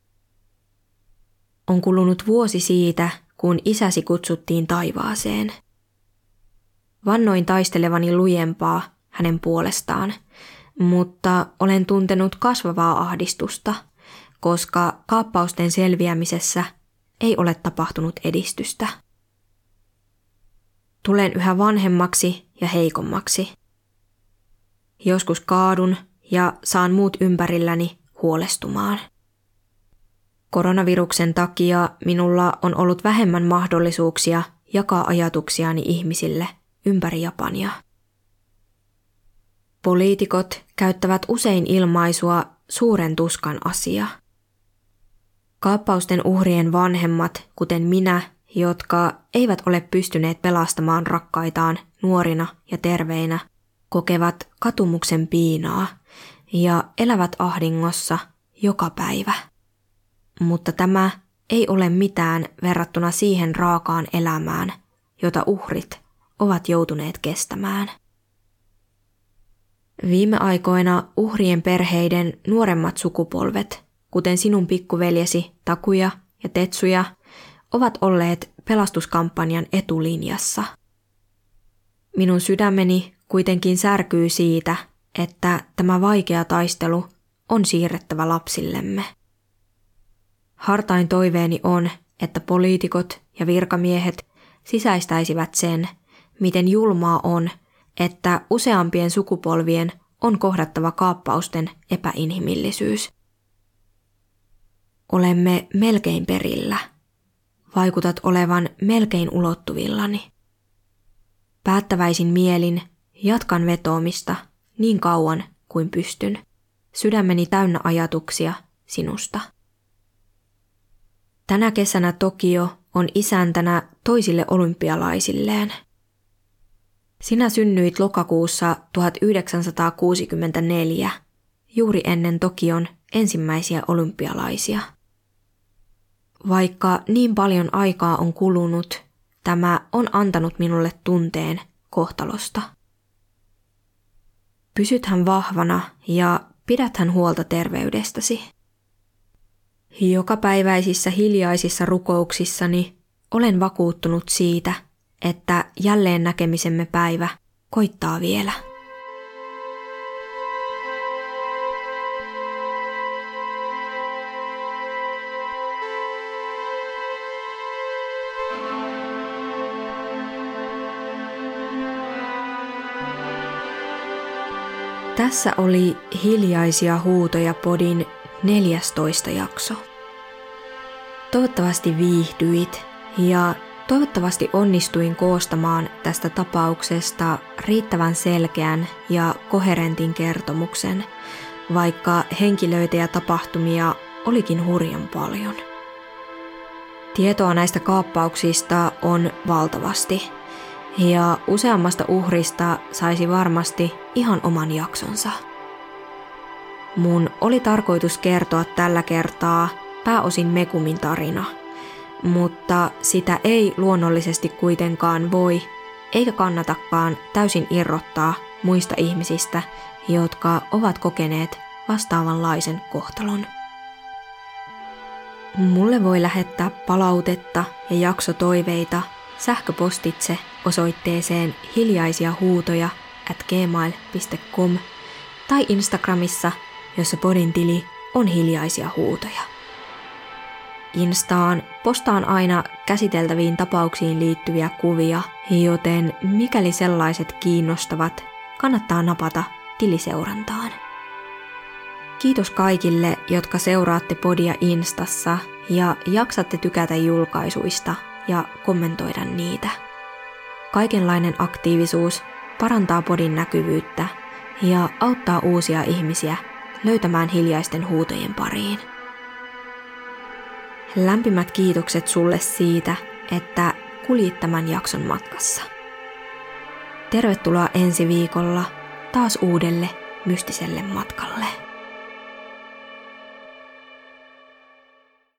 On kulunut vuosi siitä, kun isäsi kutsuttiin taivaaseen. Vannoin taistelevani lujempaa hänen puolestaan, mutta olen tuntenut kasvavaa ahdistusta, koska kaappausten selviämisessä ei ole tapahtunut edistystä. Tulen yhä vanhemmaksi ja heikommaksi. Joskus kaadun ja saan muut ympärilläni huolestumaan. Koronaviruksen takia minulla on ollut vähemmän mahdollisuuksia jakaa ajatuksiani ihmisille ympäri Japania. Poliitikot käyttävät usein ilmaisua suuren tuskan asia. Kaappausten uhrien vanhemmat, kuten minä, jotka eivät ole pystyneet pelastamaan rakkaitaan nuorina ja terveinä, kokevat katumuksen piinaa ja elävät ahdingossa joka päivä. Mutta tämä ei ole mitään verrattuna siihen raakaan elämään, jota uhrit ovat joutuneet kestämään. Viime aikoina uhrien perheiden nuoremmat sukupolvet, kuten sinun pikkuveljesi Takuja ja Tetsuja, ovat olleet pelastuskampanjan etulinjassa. Minun sydämeni kuitenkin särkyy siitä, että tämä vaikea taistelu on siirrettävä lapsillemme. Hartain toiveeni on, että poliitikot ja virkamiehet sisäistäisivät sen, miten julmaa on, että useampien sukupolvien on kohdattava kaappausten epäinhimillisyys. Olemme melkein perillä. Vaikutat olevan melkein ulottuvillani. Päättäväisin mielin jatkan vetoamista niin kauan kuin pystyn, sydämeni täynnä ajatuksia sinusta. Tänä kesänä Tokio on isäntänä toisille olympialaisilleen. Sinä synnyit lokakuussa 1964, juuri ennen Tokion ensimmäisiä olympialaisia. Vaikka niin paljon aikaa on kulunut, tämä on antanut minulle tunteen kohtalosta. Pysythän vahvana ja pidäthän huolta terveydestäsi. Jokapäiväisissä hiljaisissa rukouksissani olen vakuuttunut siitä, että jälleen näkemisemme päivä koittaa vielä. Tässä oli Hiljaisia huutoja podin 14. jakso. Toivottavasti viihdyit ja toivottavasti onnistuin koostamaan tästä tapauksesta riittävän selkeän ja koherentin kertomuksen, vaikka henkilöitä ja tapahtumia olikin hurjan paljon. Tietoa näistä kaappauksista on valtavasti ja useammasta uhrista saisi varmasti ihan oman jaksonsa. Mun oli tarkoitus kertoa tällä kertaa pääosin Megumin tarina, mutta sitä ei luonnollisesti kuitenkaan voi eikä kannatakaan täysin irrottaa muista ihmisistä, jotka ovat kokeneet vastaavanlaisen kohtalon. Mulle voi lähettää palautetta ja jaksotoiveita sähköpostitse osoitteeseen hiljaisiahuutoja@gmail.com tai Instagramissa, jossa podin tili on hiljaisia huutoja. Instaan postaan aina käsiteltäviin tapauksiin liittyviä kuvia, joten mikäli sellaiset kiinnostavat, kannattaa napata tiliseurantaan. Kiitos kaikille, jotka seuraatte podia Instassa ja jaksatte tykätä julkaisuista ja kommentoida niitä. Kaikenlainen aktiivisuus parantaa podin näkyvyyttä ja auttaa uusia ihmisiä löytämään hiljaisten huutojen pariin. Lämpimät kiitokset sulle siitä, että kuljit tämän jakson matkassa. Tervetuloa ensi viikolla taas uudelle mystiselle matkalle.